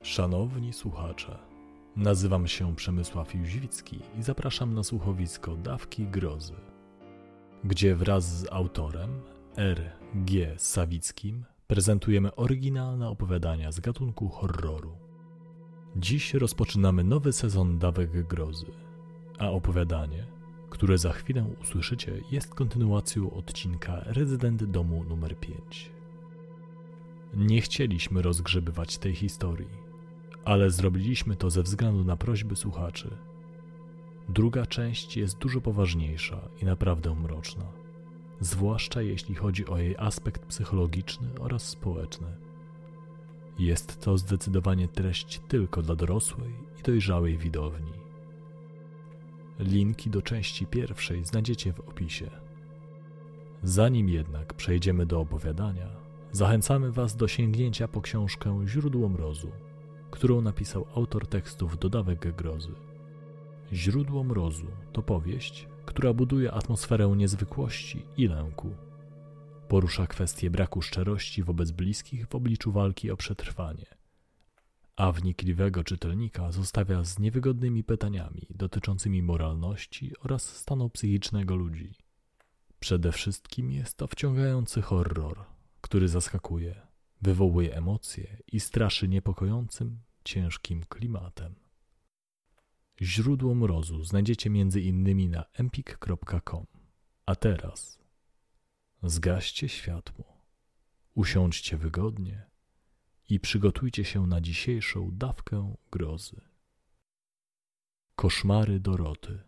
Szanowni słuchacze, nazywam się Przemysław Jóźwicki i zapraszam na słuchowisko Dawki Grozy, gdzie wraz z autorem R.G. Sawickim prezentujemy oryginalne opowiadania z gatunku horroru. Dziś rozpoczynamy nowy sezon Dawek Grozy, a opowiadanie, które za chwilę usłyszycie, jest kontynuacją odcinka Rezydent domu nr 5. Nie chcieliśmy rozgrzebywać tej historii, ale zrobiliśmy to ze względu na prośby słuchaczy. Druga część jest dużo poważniejsza i naprawdę mroczna, zwłaszcza jeśli chodzi o jej aspekt psychologiczny oraz społeczny. Jest to zdecydowanie treść tylko dla dorosłej i dojrzałej widowni. Linki do części pierwszej znajdziecie w opisie. Zanim jednak przejdziemy do opowiadania, zachęcamy Was do sięgnięcia po książkę Źródło Mrozu, którą napisał autor tekstów do Dawek Grozy. Źródło Mrozu to powieść, która buduje atmosferę niezwykłości i lęku. Porusza kwestię braku szczerości wobec bliskich w obliczu walki o przetrwanie, a wnikliwego czytelnika zostawia z niewygodnymi pytaniami dotyczącymi moralności oraz stanu psychicznego ludzi. Przede wszystkim jest to wciągający horror, który zaskakuje, wywołuje emocje i straszy niepokojącym, ciężkim klimatem. Źródło Mrozu znajdziecie m.in. na empik.com. A teraz zgaście światło, usiądźcie wygodnie i przygotujcie się na dzisiejszą dawkę grozy. Koszmary Doroty.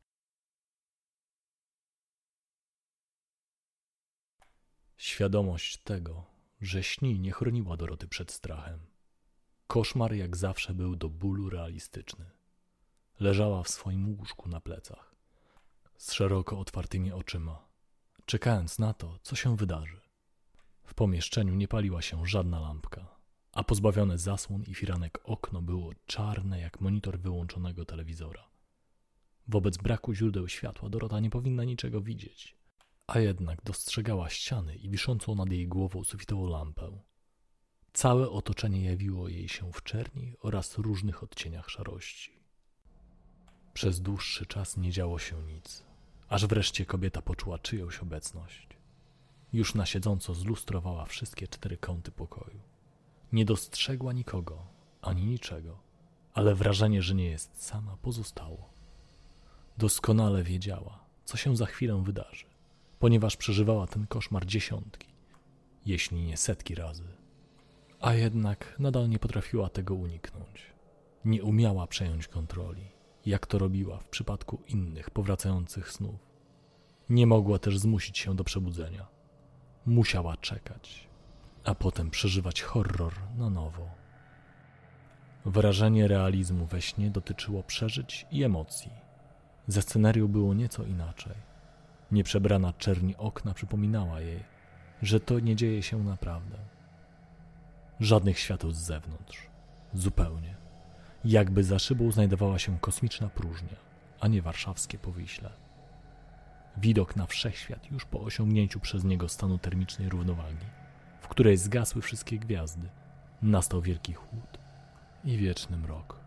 Świadomość tego, że śni, nie chroniła Doroty przed strachem. Koszmar jak zawsze był do bólu realistyczny. Leżała w swoim łóżku na plecach, z szeroko otwartymi oczyma, czekając na to, co się wydarzy. W pomieszczeniu nie paliła się żadna lampka, a pozbawione zasłon i firanek okno było czarne jak monitor wyłączonego telewizora. Wobec braku źródeł światła Dorota nie powinna niczego widzieć, a jednak dostrzegała ściany i wiszącą nad jej głową sufitową lampę. Całe otoczenie jawiło jej się w czerni oraz różnych odcieniach szarości. Przez dłuższy czas nie działo się nic, aż wreszcie kobieta poczuła czyjąś obecność. Już na siedząco zlustrowała wszystkie 4 kąty pokoju. Nie dostrzegła nikogo, ani niczego, ale wrażenie, że nie jest sama, pozostało. Doskonale wiedziała, co się za chwilę wydarzy, ponieważ przeżywała ten koszmar dziesiątki, jeśli nie setki razy. A jednak nadal nie potrafiła tego uniknąć. Nie umiała przejąć kontroli, jak to robiła w przypadku innych powracających snów. Nie mogła też zmusić się do przebudzenia. Musiała czekać, a potem przeżywać horror na nowo. Wrażenie realizmu we śnie dotyczyło przeżyć i emocji. Ze scenarią było nieco inaczej. Nieprzebrana czerni okna przypominała jej, że to nie dzieje się naprawdę. Żadnych świateł z zewnątrz. Zupełnie. Jakby za szybą znajdowała się kosmiczna próżnia, a nie warszawskie Powiśle. Widok na wszechświat już po osiągnięciu przez niego stanu termicznej równowagi, w której zgasły wszystkie gwiazdy, nastał wielki chłód i wieczny mrok.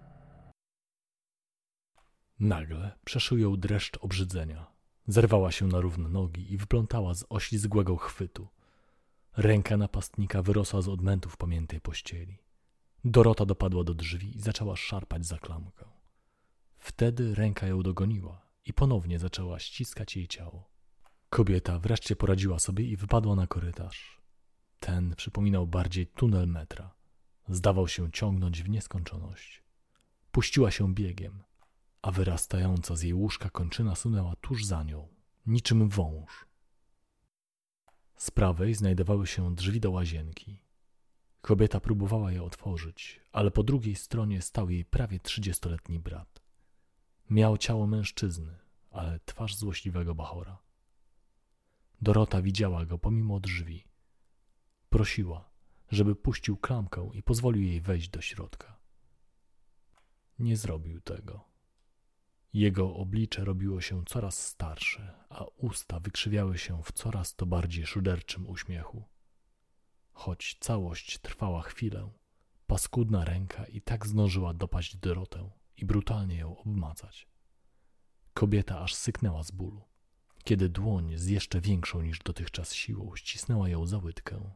Nagle przeszył ją dreszcz obrzydzenia. Zerwała się na równe nogi i wyplątała z oślizgłego chwytu. Ręka napastnika wyrosła z odmętów pamiętej pościeli. Dorota dopadła do drzwi i zaczęła szarpać za klamkę. Wtedy ręka ją dogoniła i ponownie zaczęła ściskać jej ciało. Kobieta wreszcie poradziła sobie i wypadła na korytarz. Ten przypominał bardziej tunel metra. Zdawał się ciągnąć w nieskończoność. Puściła się biegiem, a wyrastająca z jej łóżka kończyna sunęła tuż za nią, niczym wąż. Z prawej znajdowały się drzwi do łazienki. Kobieta próbowała je otworzyć, ale po drugiej stronie stał jej prawie 30-letni brat. Miał ciało mężczyzny, ale twarz złośliwego bachora. Dorota widziała go pomimo drzwi. Prosiła, żeby puścił klamkę i pozwolił jej wejść do środka. Nie zrobił tego. Jego oblicze robiło się coraz starsze, a usta wykrzywiały się w coraz to bardziej szyderczym uśmiechu. Choć całość trwała chwilę, Paskudna ręka i tak zdążyła dopaść Dorotę i brutalnie ją obmacać. Kobieta aż syknęła z bólu, kiedy dłoń z jeszcze większą niż dotychczas siłą ścisnęła ją za łydkę.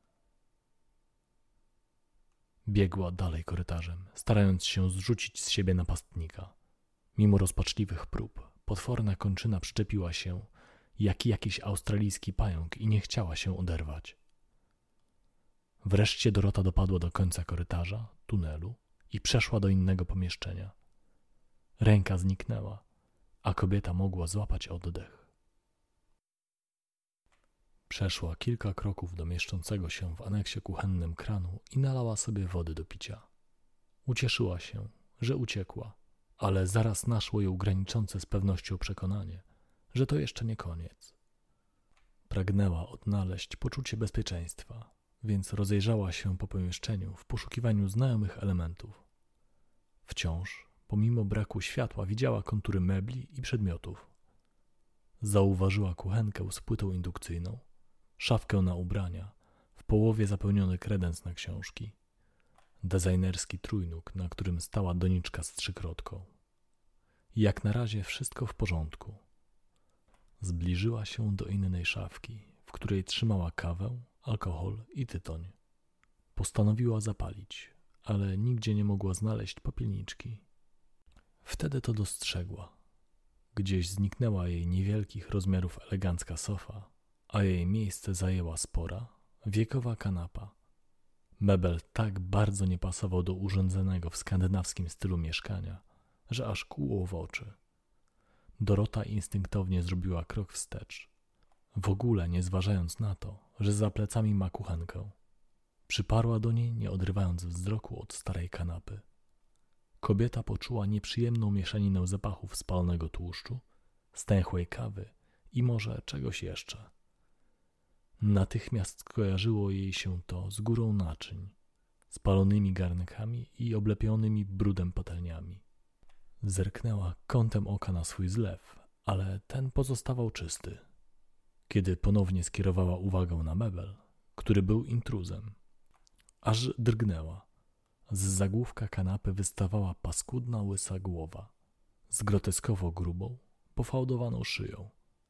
Biegła dalej korytarzem, starając się zrzucić z siebie napastnika. Mimo rozpaczliwych prób, potworna kończyna przyczepiła się jak jakiś australijski pająk i nie chciała się oderwać. Wreszcie Dorota dopadła do końca korytarza, tunelu i przeszła do innego pomieszczenia. Ręka zniknęła, a kobieta mogła złapać oddech. Przeszła kilka kroków do mieszczącego się w aneksie kuchennym kranu i nalała sobie wody do picia. Ucieszyła się, że uciekła, ale zaraz naszło ją graniczące z pewnością przekonanie, że to jeszcze nie koniec. Pragnęła odnaleźć poczucie bezpieczeństwa, więc rozejrzała się po pomieszczeniu w poszukiwaniu znajomych elementów. Wciąż, pomimo braku światła, widziała kontury mebli i przedmiotów. Zauważyła kuchenkę z płytą indukcyjną, szafkę na ubrania, w połowie zapełniony kredens na książki, designerski trójnóg, na którym stała doniczka z trzykrotką. Jak na razie wszystko w porządku. Zbliżyła się do innej szafki, w której trzymała kawę, alkohol i tytoń. Postanowiła zapalić, ale nigdzie nie mogła znaleźć popielniczki. Wtedy to dostrzegła. Gdzieś zniknęła jej niewielkich rozmiarów elegancka sofa, a jej miejsce zajęła spora, wiekowa kanapa. Mebel tak bardzo nie pasował do urządzonego w skandynawskim stylu mieszkania, że aż kłuło w oczy. Dorota instynktownie zrobiła krok wstecz, w ogóle nie zważając na to, że za plecami ma kuchenkę. Przyparła do niej, nie odrywając wzroku od starej kanapy. Kobieta poczuła nieprzyjemną mieszaninę zapachów spalonego tłuszczu, stęchłej kawy i może czegoś jeszcze. Natychmiast skojarzyło jej się to z górą naczyń, spalonymi garnkami i oblepionymi brudem patelniami. Zerknęła kątem oka na swój zlew, ale ten pozostawał czysty. Kiedy ponownie skierowała uwagę na mebel, który był intruzem, aż drgnęła. Z zagłówka kanapy wystawała paskudna łysa głowa, z groteskowo grubą, pofałdowaną szyją.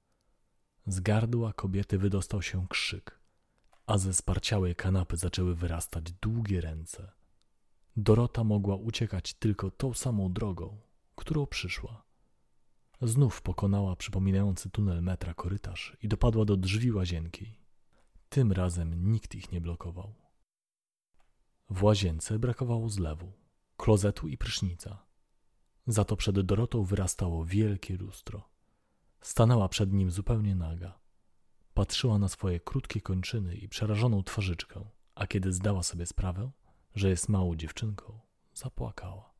Z gardła kobiety wydostał się krzyk, a ze sparciałej kanapy zaczęły wyrastać długie ręce. Dorota mogła uciekać tylko tą samą drogą, którą przyszła. Znów pokonała przypominający tunel metra korytarz i dopadła do drzwi łazienki. Tym razem nikt ich nie blokował. W łazience brakowało zlewu, klozetu i prysznica. Za to przed Dorotą wyrastało wielkie lustro. Stanęła przed nim zupełnie naga. Patrzyła na swoje krótkie kończyny i przerażoną twarzyczkę, a kiedy zdała sobie sprawę, że jest małą dziewczynką, zapłakała.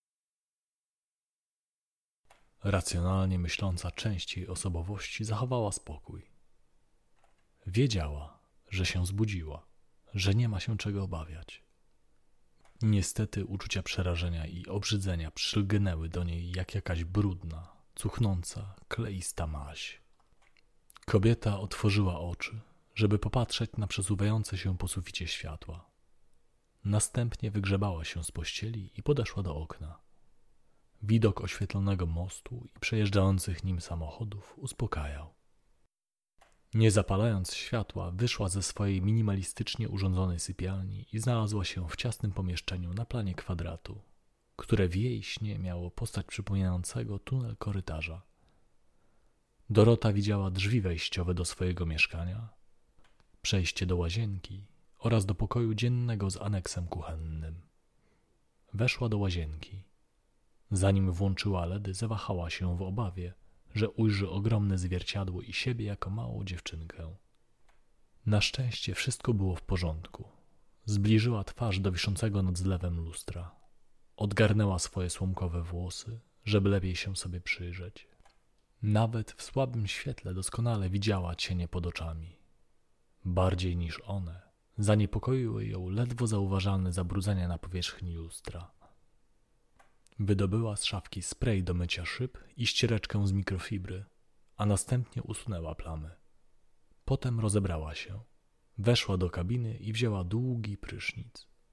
Racjonalnie myśląca część jej osobowości zachowała spokój. Wiedziała, że się zbudziła, że nie ma się czego obawiać. Niestety uczucia przerażenia i obrzydzenia przylgnęły do niej jak jakaś brudna, cuchnąca, kleista maź. Kobieta otworzyła oczy, żeby popatrzeć na przesuwające się po suficie światła. Następnie wygrzebała się z pościeli i podeszła do okna. Widok oświetlonego mostu i przejeżdżających nim samochodów uspokajał. Nie zapalając światła, wyszła ze swojej minimalistycznie urządzonej sypialni i znalazła się w ciasnym pomieszczeniu na planie kwadratu, które w jej śnie miało postać przypominającego tunel korytarza. Dorota widziała drzwi wejściowe do swojego mieszkania, przejście do łazienki oraz do pokoju dziennego z aneksem kuchennym. Weszła do łazienki. Zanim włączyła LEDy, zawahała się w obawie, że ujrzy ogromne zwierciadło i siebie jako małą dziewczynkę. Na szczęście wszystko było w porządku. Zbliżyła twarz do wiszącego nad zlewem lustra. Odgarnęła swoje słomkowe włosy, żeby lepiej się sobie przyjrzeć. Nawet w słabym świetle doskonale widziała cienie pod oczami. Bardziej niż one zaniepokoiły ją ledwo zauważalne zabrudzenia na powierzchni lustra. Wydobyła z szafki spray do mycia szyb i ściereczkę z mikrofibry, a następnie usunęła plamy. Potem rozebrała się. Weszła do kabiny i wzięła długi prysznic.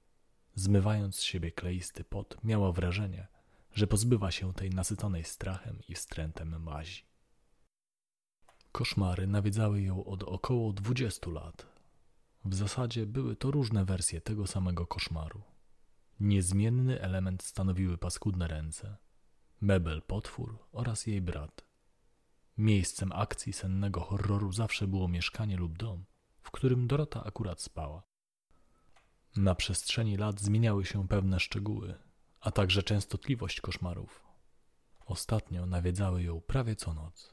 Zmywając z siebie kleisty pot, miała wrażenie, że pozbywa się tej nasyconej strachem i wstrętem mazi. Koszmary nawiedzały ją od około 20 lat. W zasadzie były to różne wersje tego samego koszmaru. Niezmienny element stanowiły paskudne ręce, Mabel potwór oraz jej brat. Miejscem akcji sennego horroru zawsze było mieszkanie lub dom, w którym Dorota akurat spała. Na przestrzeni lat zmieniały się pewne szczegóły, a także częstotliwość koszmarów. Ostatnio nawiedzały ją prawie co noc.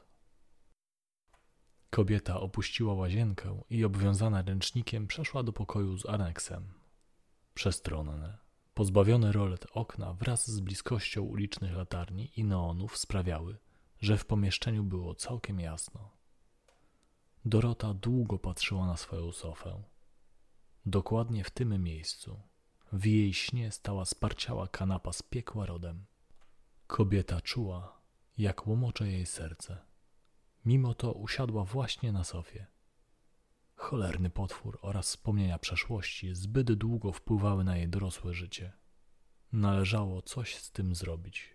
Kobieta opuściła łazienkę i obwiązana ręcznikiem przeszła do pokoju z aneksem. Przestronne, pozbawione rolet okna wraz z bliskością ulicznych latarni i neonów sprawiały, że w pomieszczeniu było całkiem jasno. Dorota długo patrzyła na swoją sofę. Dokładnie w tym miejscu, w jej śnie stała sparciała kanapa z piekła rodem. Kobieta czuła, jak łomocze jej serce. Mimo to usiadła właśnie na sofie. Cholerny potwór oraz wspomnienia przeszłości zbyt długo wpływały na jej dorosłe życie. Należało coś z tym zrobić.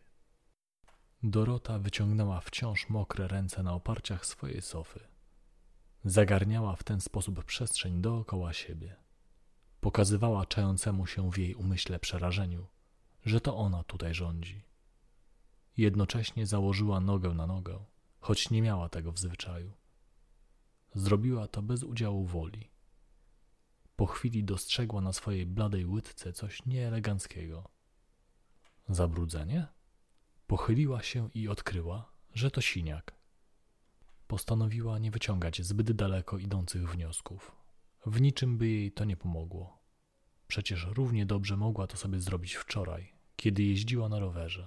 Dorota wyciągnęła wciąż mokre ręce na oparciach swojej sofy. Zagarniała w ten sposób przestrzeń dookoła siebie. Pokazywała czającemu się w jej umyśle przerażeniu, że to ona tutaj rządzi. Jednocześnie założyła nogę na nogę, choć nie miała tego w zwyczaju. Zrobiła to bez udziału woli. Po chwili dostrzegła na swojej bladej łydce coś nieeleganckiego. Zabrudzenie? Pochyliła się i odkryła, że to siniak. Postanowiła nie wyciągać zbyt daleko idących wniosków. W niczym by jej to nie pomogło. Przecież równie dobrze mogła to sobie zrobić wczoraj, kiedy jeździła na rowerze.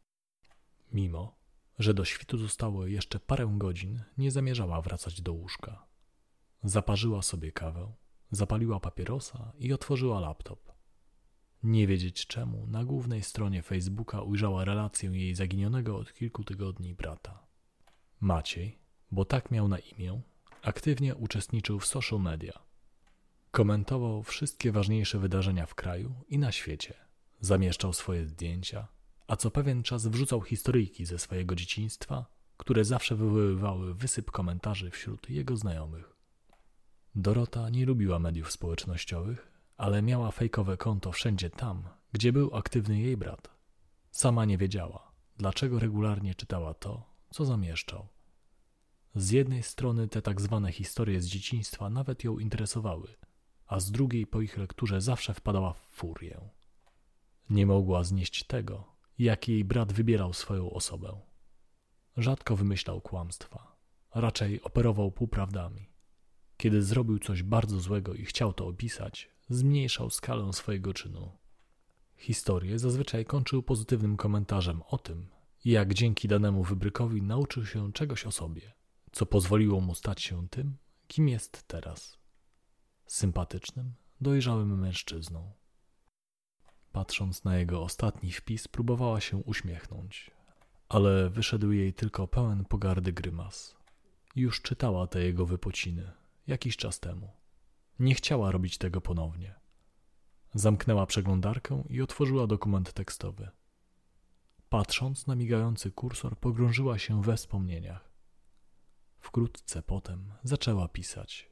Mimo że do świtu zostało jeszcze parę godzin, nie zamierzała wracać do łóżka. Zaparzyła sobie kawę, zapaliła papierosa i otworzyła laptop. Nie wiedzieć czemu, na głównej stronie Facebooka ujrzała relację jej zaginionego od kilku tygodni brata. Maciej, bo tak miał na imię, aktywnie uczestniczył w social media. Komentował wszystkie ważniejsze wydarzenia w kraju i na świecie. Zamieszczał swoje zdjęcia, a co pewien czas wrzucał historyjki ze swojego dzieciństwa, które zawsze wywoływały wysyp komentarzy wśród jego znajomych. Dorota nie lubiła mediów społecznościowych, ale miała fejkowe konto wszędzie tam, gdzie był aktywny jej brat. Sama nie wiedziała, dlaczego regularnie czytała to, co zamieszczał. Z jednej strony te tak zwane historie z dzieciństwa nawet ją interesowały, a z drugiej po ich lekturze zawsze wpadała w furię. Nie mogła znieść tego, jak jej brat wybierał swoją osobę. Rzadko wymyślał kłamstwa, raczej operował półprawdami. Kiedy zrobił coś bardzo złego i chciał to opisać, zmniejszał skalę swojego czynu. Historię zazwyczaj kończył pozytywnym komentarzem o tym, jak dzięki danemu wybrykowi nauczył się czegoś o sobie, co pozwoliło mu stać się tym, kim jest teraz. Sympatycznym, dojrzałym mężczyzną. Patrząc na jego ostatni wpis, próbowała się uśmiechnąć, ale wyszedł jej tylko pełen pogardy grymas. Już czytała te jego wypociny jakiś czas temu. Nie chciała robić tego ponownie. Zamknęła przeglądarkę i otworzyła dokument tekstowy. Patrząc na migający kursor, pogrążyła się we wspomnieniach. Wkrótce potem zaczęła pisać.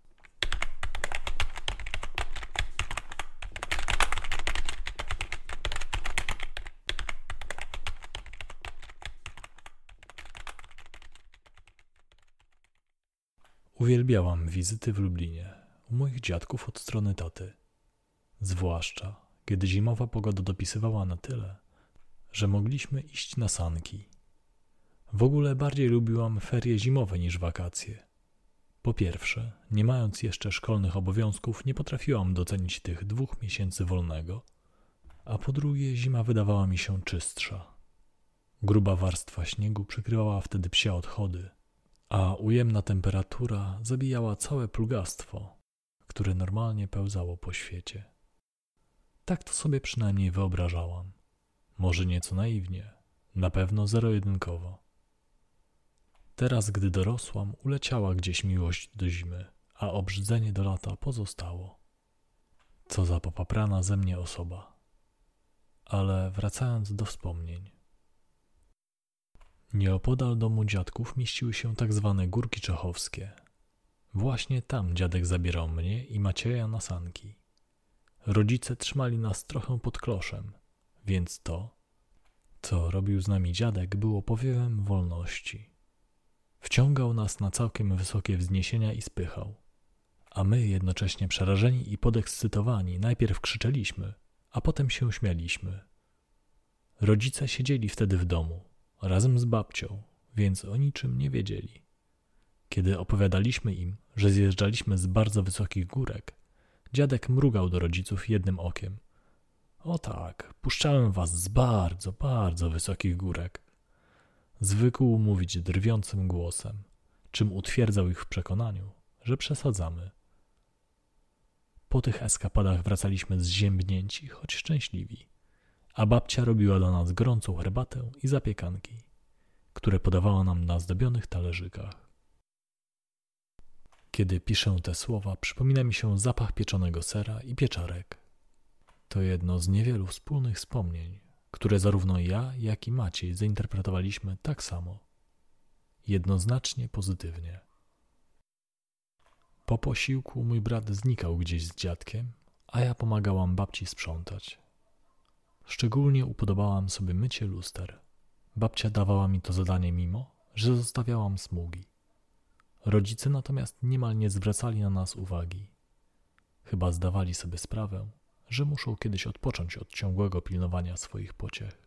Uwielbiałam wizyty w Lublinie u moich dziadków od strony taty. Zwłaszcza, kiedy zimowa pogoda dopisywała na tyle, że mogliśmy iść na sanki. W ogóle bardziej lubiłam ferie zimowe niż wakacje. Po pierwsze, nie mając jeszcze szkolnych obowiązków, nie potrafiłam docenić tych 2 miesięcy wolnego, a po drugie zima wydawała mi się czystsza. Gruba warstwa śniegu przykrywała wtedy psie odchody, a ujemna temperatura zabijała całe plugastwo, które normalnie pełzało po świecie. Tak to sobie przynajmniej wyobrażałam. Może nieco naiwnie, na pewno zero-jedynkowo. Teraz, gdy dorosłam, uleciała gdzieś miłość do zimy, a obrzydzenie do lata pozostało. Co za popaprana ze mnie osoba. Ale wracając do wspomnień. Nieopodal domu dziadków mieściły się tak zwane Górki Czachowskie. Właśnie tam dziadek zabierał mnie i Macieja na sanki. Rodzice trzymali nas trochę pod kloszem, więc to, co robił z nami dziadek, było powiewem wolności. Wciągał nas na całkiem wysokie wzniesienia i spychał, a my jednocześnie przerażeni i podekscytowani najpierw krzyczeliśmy, a potem się śmialiśmy. Rodzice siedzieli wtedy w domu, razem z babcią, więc o niczym nie wiedzieli. Kiedy opowiadaliśmy im, że zjeżdżaliśmy z bardzo wysokich górek, dziadek mrugał do rodziców jednym okiem. O tak, puszczałem was z bardzo, bardzo wysokich górek. Zwykł mówić drwiącym głosem, czym utwierdzał ich w przekonaniu, że przesadzamy. Po tych eskapadach wracaliśmy zziębnięci, choć szczęśliwi, a babcia robiła do nas gorącą herbatę i zapiekanki, które podawała nam na zdobionych talerzykach. Kiedy piszę te słowa, przypomina mi się zapach pieczonego sera i pieczarek. To jedno z niewielu wspólnych wspomnień, które zarówno ja, jak i Maciej zinterpretowaliśmy tak samo. Jednoznacznie pozytywnie. Po posiłku mój brat znikał gdzieś z dziadkiem, a ja pomagałam babci sprzątać. Szczególnie upodobałam sobie mycie luster. Babcia dawała mi to zadanie mimo, że zostawiałam smugi. Rodzice natomiast niemal nie zwracali na nas uwagi. Chyba zdawali sobie sprawę, że muszą kiedyś odpocząć od ciągłego pilnowania swoich pociech.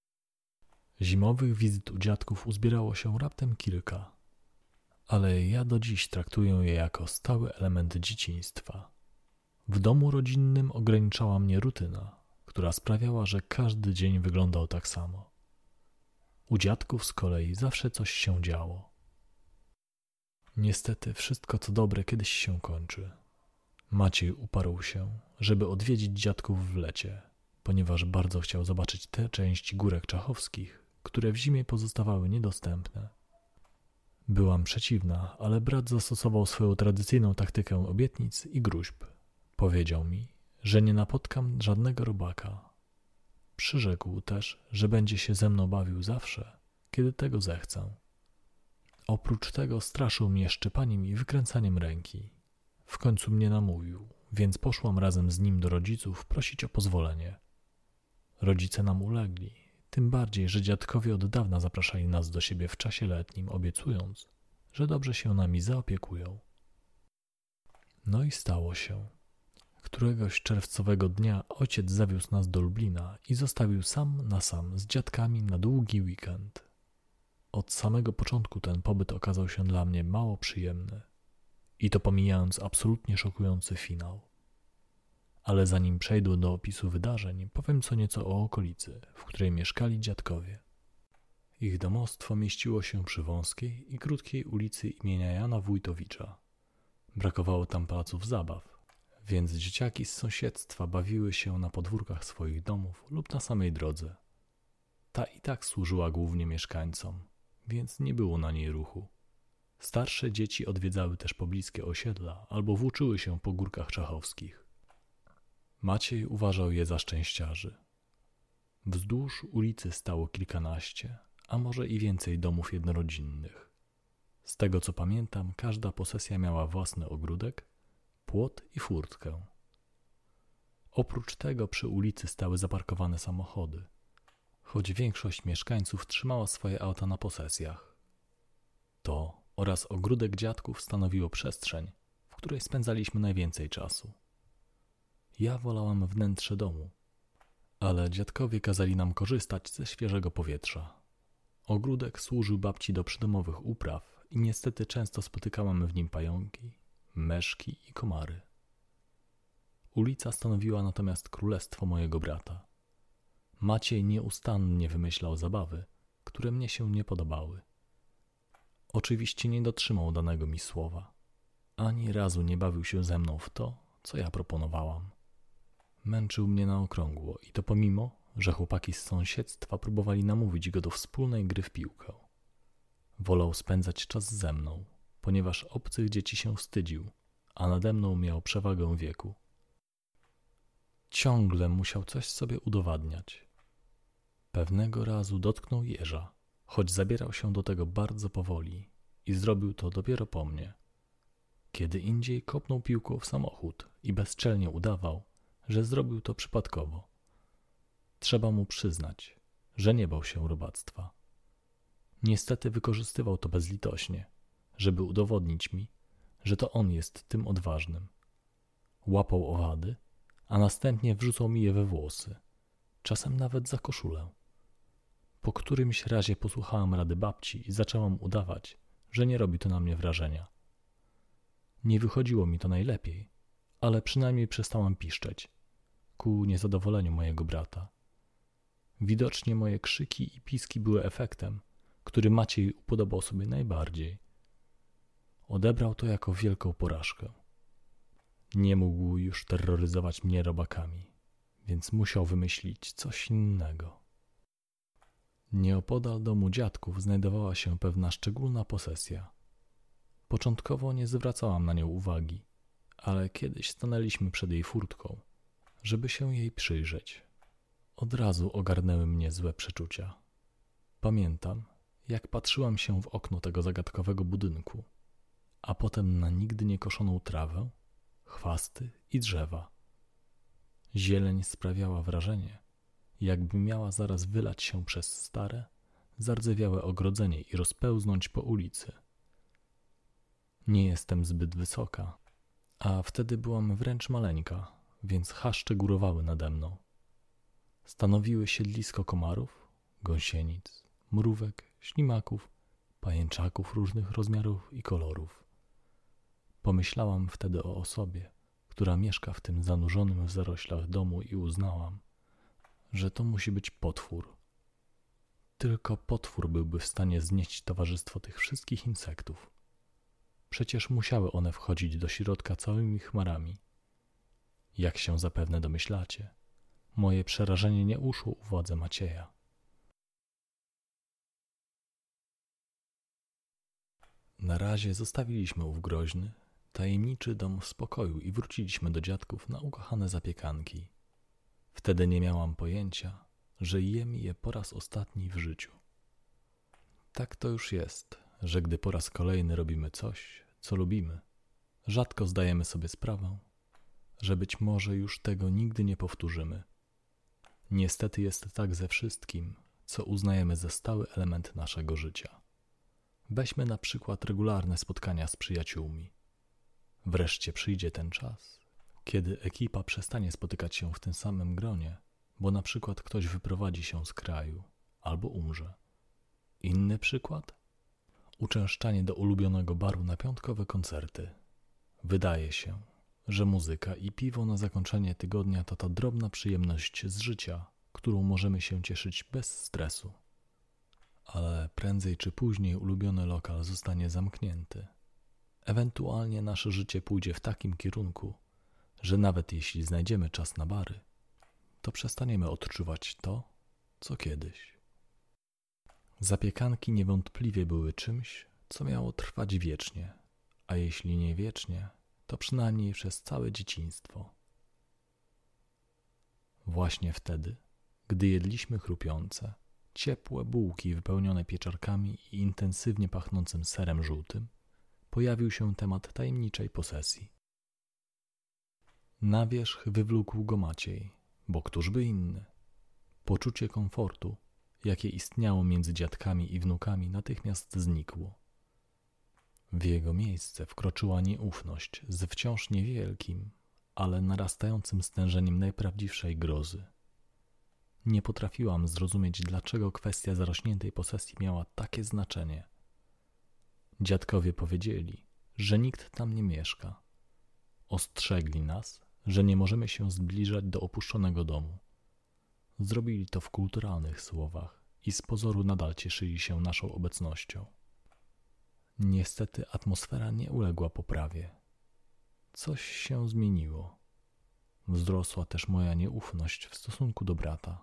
Zimowych wizyt u dziadków uzbierało się raptem kilka, ale ja do dziś traktuję je jako stały element dzieciństwa. W domu rodzinnym ograniczała mnie rutyna, która sprawiała, że każdy dzień wyglądał tak samo. U dziadków z kolei zawsze coś się działo. Niestety wszystko co dobre kiedyś się kończy. Maciej uparł się, żeby odwiedzić dziadków w lecie, ponieważ bardzo chciał zobaczyć te części Górek Czachowskich, które w zimie pozostawały niedostępne. Byłam przeciwna, ale brat zastosował swoją tradycyjną taktykę obietnic i gróźb. Powiedział mi, że nie napotkam żadnego robaka. Przyrzekł też, że będzie się ze mną bawił zawsze, kiedy tego zechcę. Oprócz tego straszył mnie szczypaniem i wykręcaniem ręki. W końcu mnie namówił, więc poszłam razem z nim do rodziców prosić o pozwolenie. Rodzice nam ulegli, tym bardziej, że dziadkowie od dawna zapraszali nas do siebie w czasie letnim, obiecując, że dobrze się nami zaopiekują. No i stało się. Któregoś czerwcowego dnia ojciec zawiózł nas do Lublina i zostawił sam na sam z dziadkami na długi weekend. Od samego początku ten pobyt okazał się dla mnie mało przyjemny. I to pomijając absolutnie szokujący finał. Ale zanim przejdę do opisu wydarzeń, powiem co nieco o okolicy, w której mieszkali dziadkowie. Ich domostwo mieściło się przy wąskiej i krótkiej ulicy imienia Jana Wójtowicza. Brakowało tam placów zabaw, więc dzieciaki z sąsiedztwa bawiły się na podwórkach swoich domów lub na samej drodze. Ta i tak służyła głównie mieszkańcom, więc nie było na niej ruchu. Starsze dzieci odwiedzały też pobliskie osiedla albo włóczyły się po Górkach Czachowskich. Maciej uważał je za szczęściarzy. Wzdłuż ulicy stało kilkanaście, a może i więcej domów jednorodzinnych. Z tego co pamiętam, każda posesja miała własny ogródek, płot i furtkę. Oprócz tego przy ulicy stały zaparkowane samochody, choć większość mieszkańców trzymała swoje auta na posesjach. To oraz ogródek dziadków stanowiło przestrzeń, w której spędzaliśmy najwięcej czasu. Ja wolałam wnętrze domu, ale dziadkowie kazali nam korzystać ze świeżego powietrza. Ogródek służył babci do przydomowych upraw i niestety często spotykałam w nim pająki, meszki i komary. Ulica stanowiła natomiast królestwo mojego brata. Maciej nieustannie wymyślał zabawy, które mnie się nie podobały. Oczywiście nie dotrzymał danego mi słowa. Ani razu nie bawił się ze mną w to, co ja proponowałam. Męczył mnie na okrągło i to pomimo, że chłopaki z sąsiedztwa próbowali namówić go do wspólnej gry w piłkę. Wolał spędzać czas ze mną, ponieważ obcych dzieci się wstydził, a nade mną miał przewagę wieku. Ciągle musiał coś sobie udowadniać. Pewnego razu dotknął jeża, choć zabierał się do tego bardzo powoli i zrobił to dopiero po mnie. Kiedy indziej kopnął piłką w samochód i bezczelnie udawał, że zrobił to przypadkowo. Trzeba mu przyznać, że nie bał się robactwa. Niestety wykorzystywał to bezlitośnie, żeby udowodnić mi, że to on jest tym odważnym. Łapał owady, a następnie wrzucał mi je we włosy, czasem nawet za koszulę. Po którymś razie posłuchałam rady babci i zaczęłam udawać, że nie robi to na mnie wrażenia. Nie wychodziło mi to najlepiej, ale przynajmniej przestałam piszczeć, ku niezadowoleniu mojego brata. Widocznie moje krzyki i piski były efektem, który Maciej upodobał sobie najbardziej. Odebrał to jako wielką porażkę. Nie mógł już terroryzować mnie robakami, więc musiał wymyślić coś innego. Nieopodal domu dziadków znajdowała się pewna szczególna posesja. Początkowo nie zwracałam na nią uwagi, ale kiedyś stanęliśmy przed jej furtką, żeby się jej przyjrzeć. Od razu ogarnęły mnie złe przeczucia. Pamiętam, jak patrzyłam się w okno tego zagadkowego budynku, a potem na nigdy niekoszoną trawę, chwasty i drzewa. Zieleń sprawiała wrażenie, jakby miała zaraz wylać się przez stare, zardzewiałe ogrodzenie i rozpełznąć po ulicy. Nie jestem zbyt wysoka, a wtedy byłam wręcz maleńka, więc chaszcze górowały nade mną. Stanowiły siedlisko komarów, gąsienic, mrówek, ślimaków, pajęczaków różnych rozmiarów i kolorów. Pomyślałam wtedy o osobie, która mieszka w tym zanurzonym w zaroślach domu i uznałam, że to musi być potwór. Tylko potwór byłby w stanie znieść towarzystwo tych wszystkich insektów. Przecież musiały one wchodzić do środka całymi chmarami. Jak się zapewne domyślacie, moje przerażenie nie uszło uwadze Macieja. Na razie zostawiliśmy ów groźny, tajemniczy dom w spokoju i wróciliśmy do dziadków na ukochane zapiekanki. Wtedy nie miałam pojęcia, że jem je po raz ostatni w życiu. Tak to już jest, że gdy po raz kolejny robimy coś, co lubimy, rzadko zdajemy sobie sprawę, że być może już tego nigdy nie powtórzymy. Niestety jest tak ze wszystkim, co uznajemy za stały element naszego życia. Weźmy na przykład regularne spotkania z przyjaciółmi. Wreszcie przyjdzie ten czas, kiedy ekipa przestanie spotykać się w tym samym gronie, bo na przykład ktoś wyprowadzi się z kraju albo umrze. Inny przykład? Uczęszczanie do ulubionego baru na piątkowe koncerty. Wydaje się, że muzyka i piwo na zakończenie tygodnia to ta drobna przyjemność z życia, którą możemy się cieszyć bez stresu. Ale prędzej czy później ulubiony lokal zostanie zamknięty. Ewentualnie nasze życie pójdzie w takim kierunku, że nawet jeśli znajdziemy czas na bary, to przestaniemy odczuwać to, co kiedyś. Zapiekanki niewątpliwie były czymś, co miało trwać wiecznie, a jeśli nie wiecznie, to przynajmniej przez całe dzieciństwo. Właśnie wtedy, gdy jedliśmy chrupiące, ciepłe bułki wypełnione pieczarkami i intensywnie pachnącym serem żółtym, pojawił się temat tajemniczej posesji. Na wierzch wywlókł go Maciej, bo któż by inny? Poczucie komfortu, jakie istniało między dziadkami i wnukami, natychmiast znikło. W jego miejsce wkroczyła nieufność z wciąż niewielkim, ale narastającym stężeniem najprawdziwszej grozy. Nie potrafiłam zrozumieć, dlaczego kwestia zarośniętej posesji miała takie znaczenie. Dziadkowie powiedzieli, że nikt tam nie mieszka. Ostrzegli nas, że nie możemy się zbliżać do opuszczonego domu. Zrobili to w kulturalnych słowach i z pozoru nadal cieszyli się naszą obecnością. Niestety atmosfera nie uległa poprawie. Coś się zmieniło. Wzrosła też moja nieufność w stosunku do brata.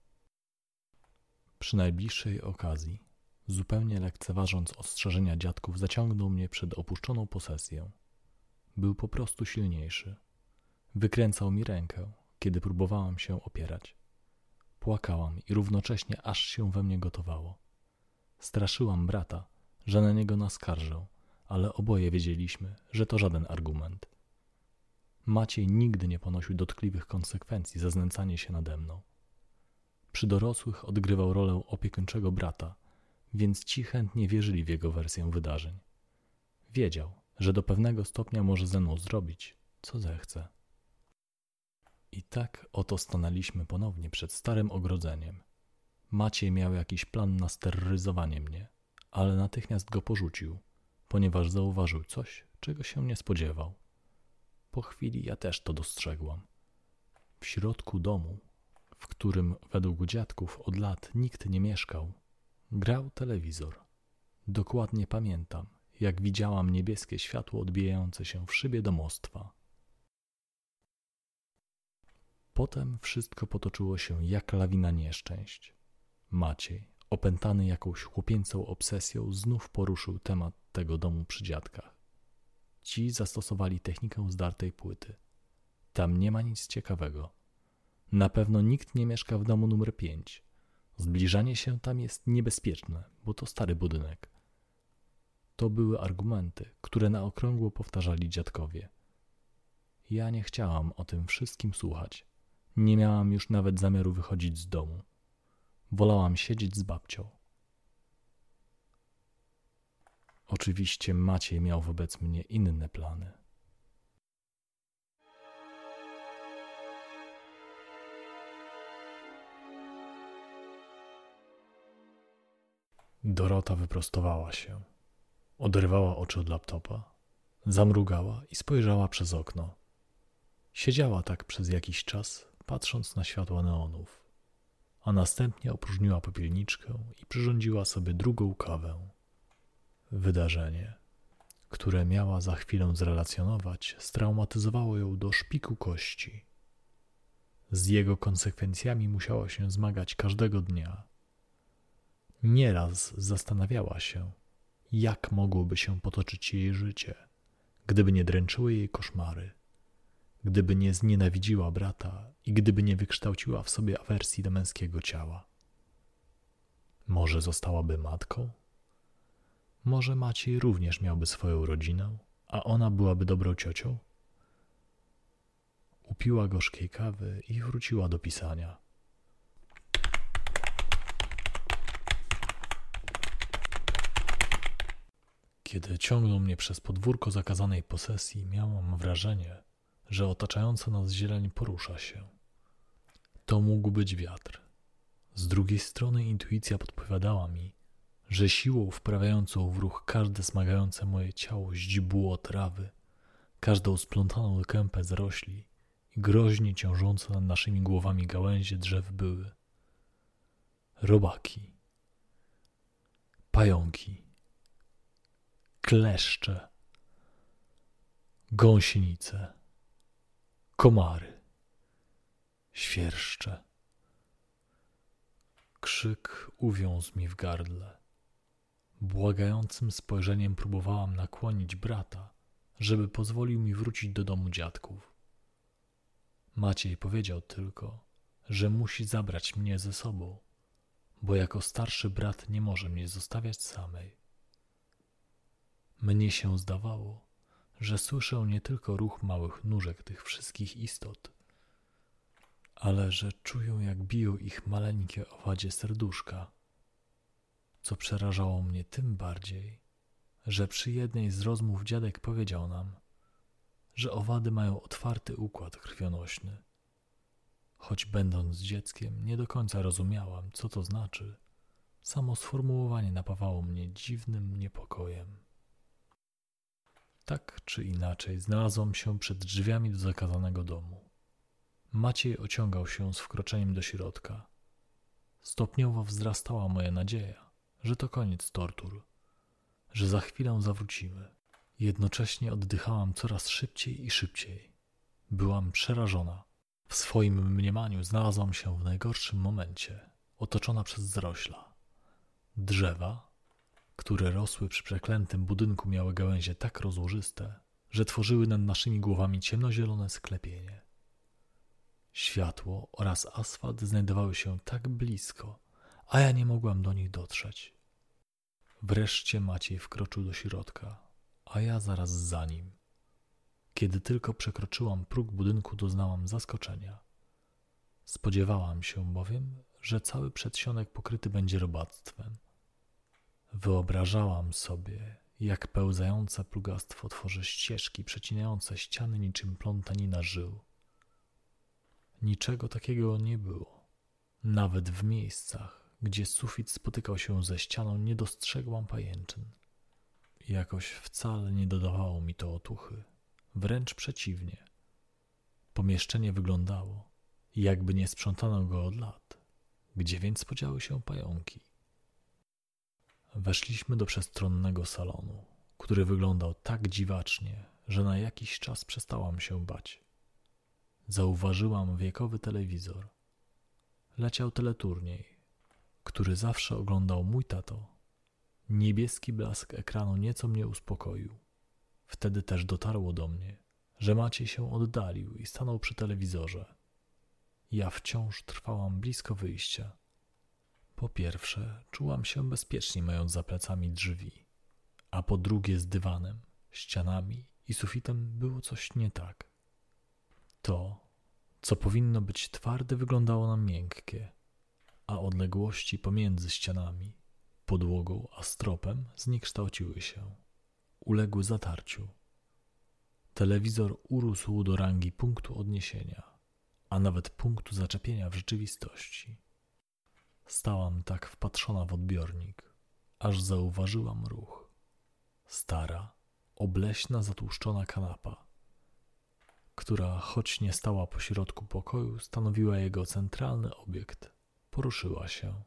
Przy najbliższej okazji, zupełnie lekceważąc ostrzeżenia dziadków, zaciągnął mnie przed opuszczoną posesję. Był po prostu silniejszy. Wykręcał mi rękę, kiedy próbowałam się opierać. Płakałam i równocześnie aż się we mnie gotowało. Straszyłam brata, że na niego naskarżę, ale oboje wiedzieliśmy, że to żaden argument. Maciej nigdy nie ponosił dotkliwych konsekwencji za znęcanie się nade mną. Przy dorosłych odgrywał rolę opiekuńczego brata, więc ci chętnie wierzyli w jego wersję wydarzeń. Wiedział, że do pewnego stopnia może ze mną zrobić, co zechce. I tak oto stanęliśmy ponownie przed starym ogrodzeniem. Maciej miał jakiś plan na sterylizowanie mnie, ale natychmiast go porzucił, ponieważ zauważył coś, czego się nie spodziewał. Po chwili ja też to dostrzegłam. W środku domu, w którym według dziadków od lat nikt nie mieszkał, grał telewizor. Dokładnie pamiętam, jak widziałam niebieskie światło odbijające się w szybie domostwa. Potem wszystko potoczyło się jak lawina nieszczęść. Maciej, opętany jakąś chłopięcą obsesją, znów poruszył temat tego domu przy dziadkach. Ci zastosowali technikę zdartej płyty. Tam nie ma nic ciekawego. Na pewno nikt nie mieszka w domu numer 5. Zbliżanie się tam jest niebezpieczne, bo to stary budynek. To były argumenty, które na okrągło powtarzali dziadkowie. Ja nie chciałam o tym wszystkim słuchać. Nie miałam już nawet zamiaru wychodzić z domu. Wolałam siedzieć z babcią. Oczywiście Maciej miał wobec mnie inne plany. Dorota wyprostowała się. Oderwała oczy od laptopa, zamrugała i spojrzała przez okno. Siedziała tak przez jakiś czas, patrząc na światła neonów, a następnie opróżniła popielniczkę i przyrządziła sobie drugą kawę. Wydarzenie, które miała za chwilę zrelacjonować, straumatyzowało ją do szpiku kości. Z jego konsekwencjami musiała się zmagać każdego dnia. Nieraz zastanawiała się, jak mogłoby się potoczyć jej życie, gdyby nie dręczyły jej koszmary, gdyby nie znienawidziła brata i gdyby nie wykształciła w sobie awersji do męskiego ciała. Może zostałaby matką? Może Maciej również miałby swoją rodzinę, a ona byłaby dobrą ciocią? Upiła gorzkiej kawy i wróciła do pisania. Kiedy ciągnął mnie przez podwórko zakazanej posesji, miałam wrażenie, że otaczająca nas zieleń porusza się. To mógł być wiatr. Z drugiej strony intuicja podpowiadała mi, że siłą wprawiającą w ruch każde smagające moje ciało źdźbło trawy, każdą splątaną kępę zarośli i groźnie ciążące nad naszymi głowami gałęzie drzew były robaki, pająki, kleszcze, gąsienice, komary, świerszcze. Krzyk uwiązł mi w gardle. Błagającym spojrzeniem próbowałam nakłonić brata, żeby pozwolił mi wrócić do domu dziadków. Maciej powiedział tylko, że musi zabrać mnie ze sobą, bo jako starszy brat nie może mnie zostawiać samej. Mnie się zdawało, że słyszę nie tylko ruch małych nóżek tych wszystkich istot, ale że czuję, jak biją ich maleńkie owadzie serduszka, co przerażało mnie tym bardziej, że przy jednej z rozmów dziadek powiedział nam, że owady mają otwarty układ krwionośny. Choć będąc dzieckiem nie do końca rozumiałam, co to znaczy, samo sformułowanie napawało mnie dziwnym niepokojem. Tak czy inaczej znalazłam się przed drzwiami do zakazanego domu. Maciej ociągał się z wkroczeniem do środka. Stopniowo wzrastała moja nadzieja, że to koniec tortur, że za chwilę zawrócimy. Jednocześnie oddychałam coraz szybciej i szybciej. Byłam przerażona. W swoim mniemaniu znalazłam się w najgorszym momencie, otoczona przez zarośla. Drzewa, które rosły przy przeklętym budynku, miały gałęzie tak rozłożyste, że tworzyły nad naszymi głowami ciemnozielone sklepienie. Światło oraz asfalt znajdowały się tak blisko, a ja nie mogłam do nich dotrzeć. Wreszcie Maciej wkroczył do środka, a ja zaraz za nim. Kiedy tylko przekroczyłam próg budynku, doznałam zaskoczenia. Spodziewałam się bowiem, że cały przedsionek pokryty będzie robactwem. Wyobrażałam sobie, jak pełzające plugastwo tworzy ścieżki przecinające ściany niczym plątanina żył. Niczego takiego nie było. Nawet w miejscach, gdzie sufit spotykał się ze ścianą, nie dostrzegłam pajęczyn. Jakoś wcale nie dodawało mi to otuchy. Wręcz przeciwnie. Pomieszczenie wyglądało, jakby nie sprzątano go od lat. Gdzie więc podziały się pająki? Weszliśmy do przestronnego salonu, który wyglądał tak dziwacznie, że na jakiś czas przestałam się bać. Zauważyłam wiekowy telewizor. Leciał teleturniej, który zawsze oglądał mój tato. Niebieski blask ekranu nieco mnie uspokoił. Wtedy też dotarło do mnie, że Maciej się oddalił i stanął przy telewizorze. Ja wciąż trwałam blisko wyjścia. Po pierwsze, czułam się bezpiecznie, mając za plecami drzwi, a po drugie z dywanem, ścianami i sufitem było coś nie tak. To, co powinno być twarde, wyglądało na miękkie, a odległości pomiędzy ścianami, podłogą a stropem zniekształciły się, uległy zatarciu. Telewizor urósł do rangi punktu odniesienia, a nawet punktu zaczepienia w rzeczywistości. Stałam tak wpatrzona w odbiornik, aż zauważyłam ruch. Stara, obleśna, zatłuszczona kanapa, która choć nie stała pośrodku pokoju, stanowiła jego centralny obiekt, poruszyła się.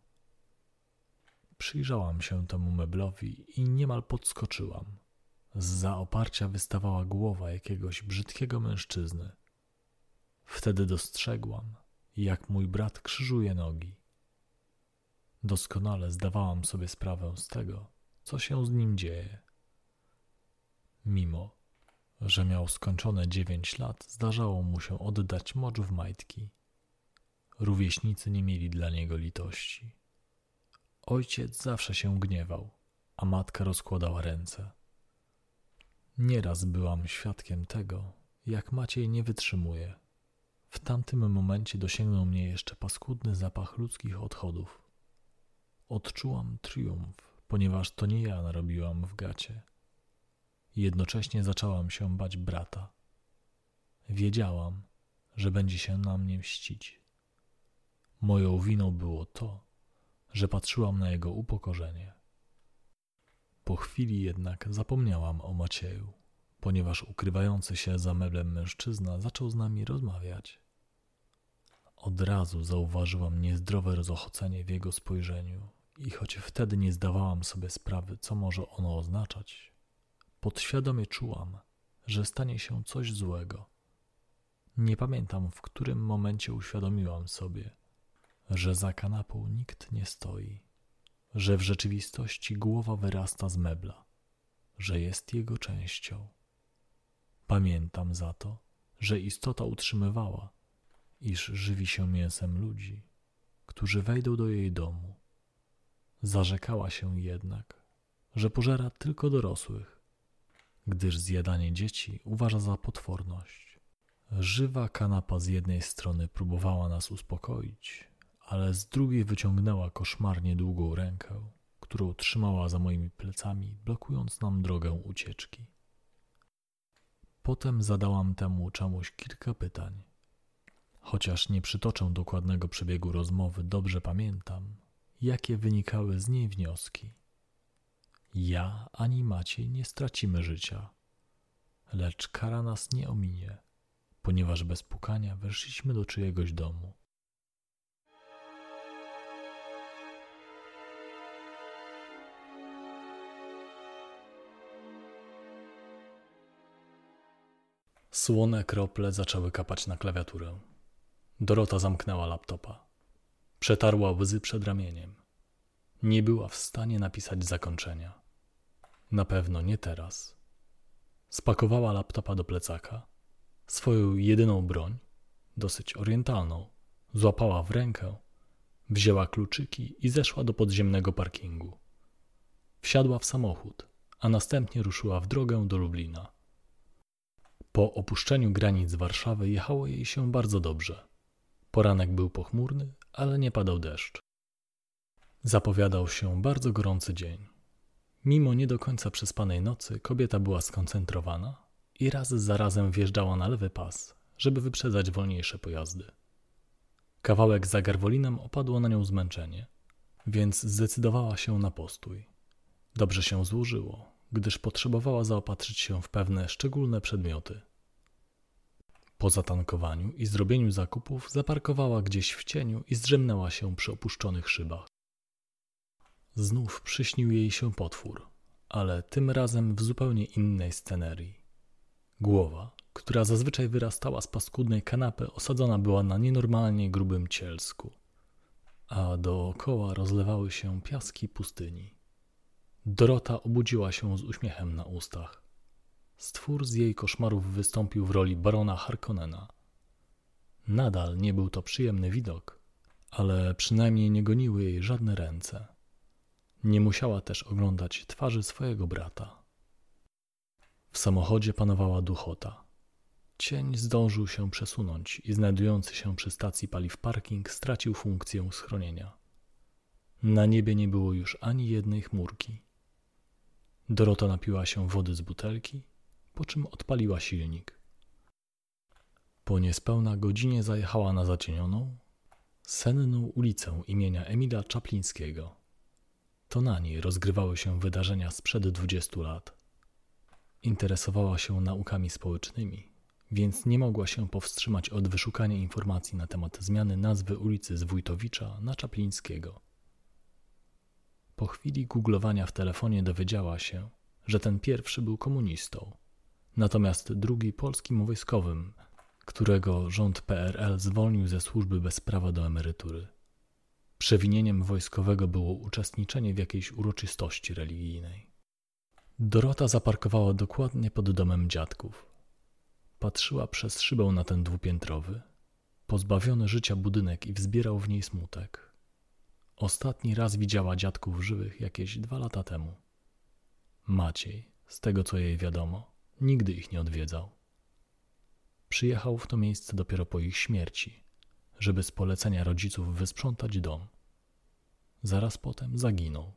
Przyjrzałam się temu meblowi i niemal podskoczyłam. Zza oparcia wystawała głowa jakiegoś brzydkiego mężczyzny. Wtedy dostrzegłam, jak mój brat krzyżuje nogi. Doskonale zdawałam sobie sprawę z tego, co się z nim dzieje. Mimo że miał skończone 9 lat, zdarzało mu się oddać mocz w majtki. Rówieśnicy nie mieli dla niego litości. Ojciec zawsze się gniewał, a matka rozkładała ręce. Nieraz byłam świadkiem tego, jak Maciej nie wytrzymuje. W tamtym momencie dosięgnął mnie jeszcze paskudny zapach ludzkich odchodów. Odczułam triumf, ponieważ to nie ja narobiłam w gacie. Jednocześnie zaczęłam się bać brata. Wiedziałam, że będzie się na mnie mścić. Moją winą było to, że patrzyłam na jego upokorzenie. Po chwili jednak zapomniałam o Macieju, ponieważ ukrywający się za meblem mężczyzna zaczął z nami rozmawiać. Od razu zauważyłam niezdrowe rozochocenie w jego spojrzeniu i choć wtedy nie zdawałam sobie sprawy, co może ono oznaczać, podświadomie czułam, że stanie się coś złego. Nie pamiętam, w którym momencie uświadomiłam sobie, że za kanapą nikt nie stoi, że w rzeczywistości głowa wyrasta z mebla, że jest jego częścią. Pamiętam za to, że istota utrzymywała, iż żywi się mięsem ludzi, którzy wejdą do jej domu. Zarzekała się jednak, że pożera tylko dorosłych, gdyż zjadanie dzieci uważa za potworność. Żywa kanapa z jednej strony próbowała nas uspokoić, ale z drugiej wyciągnęła koszmarnie długą rękę, którą trzymała za moimi plecami, blokując nam drogę ucieczki. Potem zadałam temu czemuś kilka pytań. Chociaż nie przytoczę dokładnego przebiegu rozmowy, dobrze pamiętam, jakie wynikały z niej wnioski. Ja ani Maciej nie stracimy życia, lecz kara nas nie ominie, ponieważ bez pukania weszliśmy do czyjegoś domu. Słone krople zaczęły kapać na klawiaturę. Dorota zamknęła laptopa. Przetarła łzy przed ramieniem. Nie była w stanie napisać zakończenia. Na pewno nie teraz. Spakowała laptopa do plecaka, swoją jedyną broń, dosyć orientalną, złapała w rękę, wzięła kluczyki i zeszła do podziemnego parkingu. Wsiadła w samochód, a następnie ruszyła w drogę do Lublina. Po opuszczeniu granic Warszawy jechało jej się bardzo dobrze. Poranek był pochmurny, ale nie padał deszcz. Zapowiadał się bardzo gorący dzień. Mimo nie do końca przespanej nocy kobieta była skoncentrowana i raz za razem wjeżdżała na lewy pas, żeby wyprzedzać wolniejsze pojazdy. Kawałek za Garwolinem opadło na nią zmęczenie, więc zdecydowała się na postój. Dobrze się złożyło, gdyż potrzebowała zaopatrzyć się w pewne szczególne przedmioty. Po zatankowaniu i zrobieniu zakupów zaparkowała gdzieś w cieniu i zdrzemnęła się przy opuszczonych szybach. Znów przyśnił jej się potwór, ale tym razem w zupełnie innej scenerii. Głowa, która zazwyczaj wyrastała z paskudnej kanapy, osadzona była na nienormalnie grubym cielsku, a dookoła rozlewały się piaski pustyni. Dorota obudziła się z uśmiechem na ustach. Stwór z jej koszmarów wystąpił w roli barona Harkonnena. Nadal nie był to przyjemny widok, ale przynajmniej nie goniły jej żadne ręce. Nie musiała też oglądać twarzy swojego brata. W samochodzie panowała duchota. Cień zdążył się przesunąć i znajdujący się przy stacji paliw parking stracił funkcję schronienia. Na niebie nie było już ani jednej chmurki. Dorota napiła się wody z butelki, po czym odpaliła silnik. Po niespełna godzinie zajechała na zacienioną, senną ulicę imienia Emila Czaplińskiego. To na niej rozgrywały się wydarzenia sprzed 20 lat. Interesowała się naukami społecznymi, więc nie mogła się powstrzymać od wyszukania informacji na temat zmiany nazwy ulicy z Wójtowicza na Czaplińskiego. Po chwili googlowania w telefonie dowiedziała się, że ten pierwszy był komunistą, natomiast drugi polskim wojskowym, którego rząd PRL zwolnił ze służby bez prawa do emerytury. Przewinieniem wojskowego było uczestniczenie w jakiejś uroczystości religijnej. Dorota zaparkowała dokładnie pod domem dziadków. Patrzyła przez szybę na ten dwupiętrowy, pozbawiony życia budynek i wzbierał w niej smutek. Ostatni raz widziała dziadków żywych jakieś 2 lata temu. Maciej, z tego co jej wiadomo, nigdy ich nie odwiedzał. Przyjechał w to miejsce dopiero po ich śmierci, żeby z polecenia rodziców wysprzątać dom. Zaraz potem zaginął.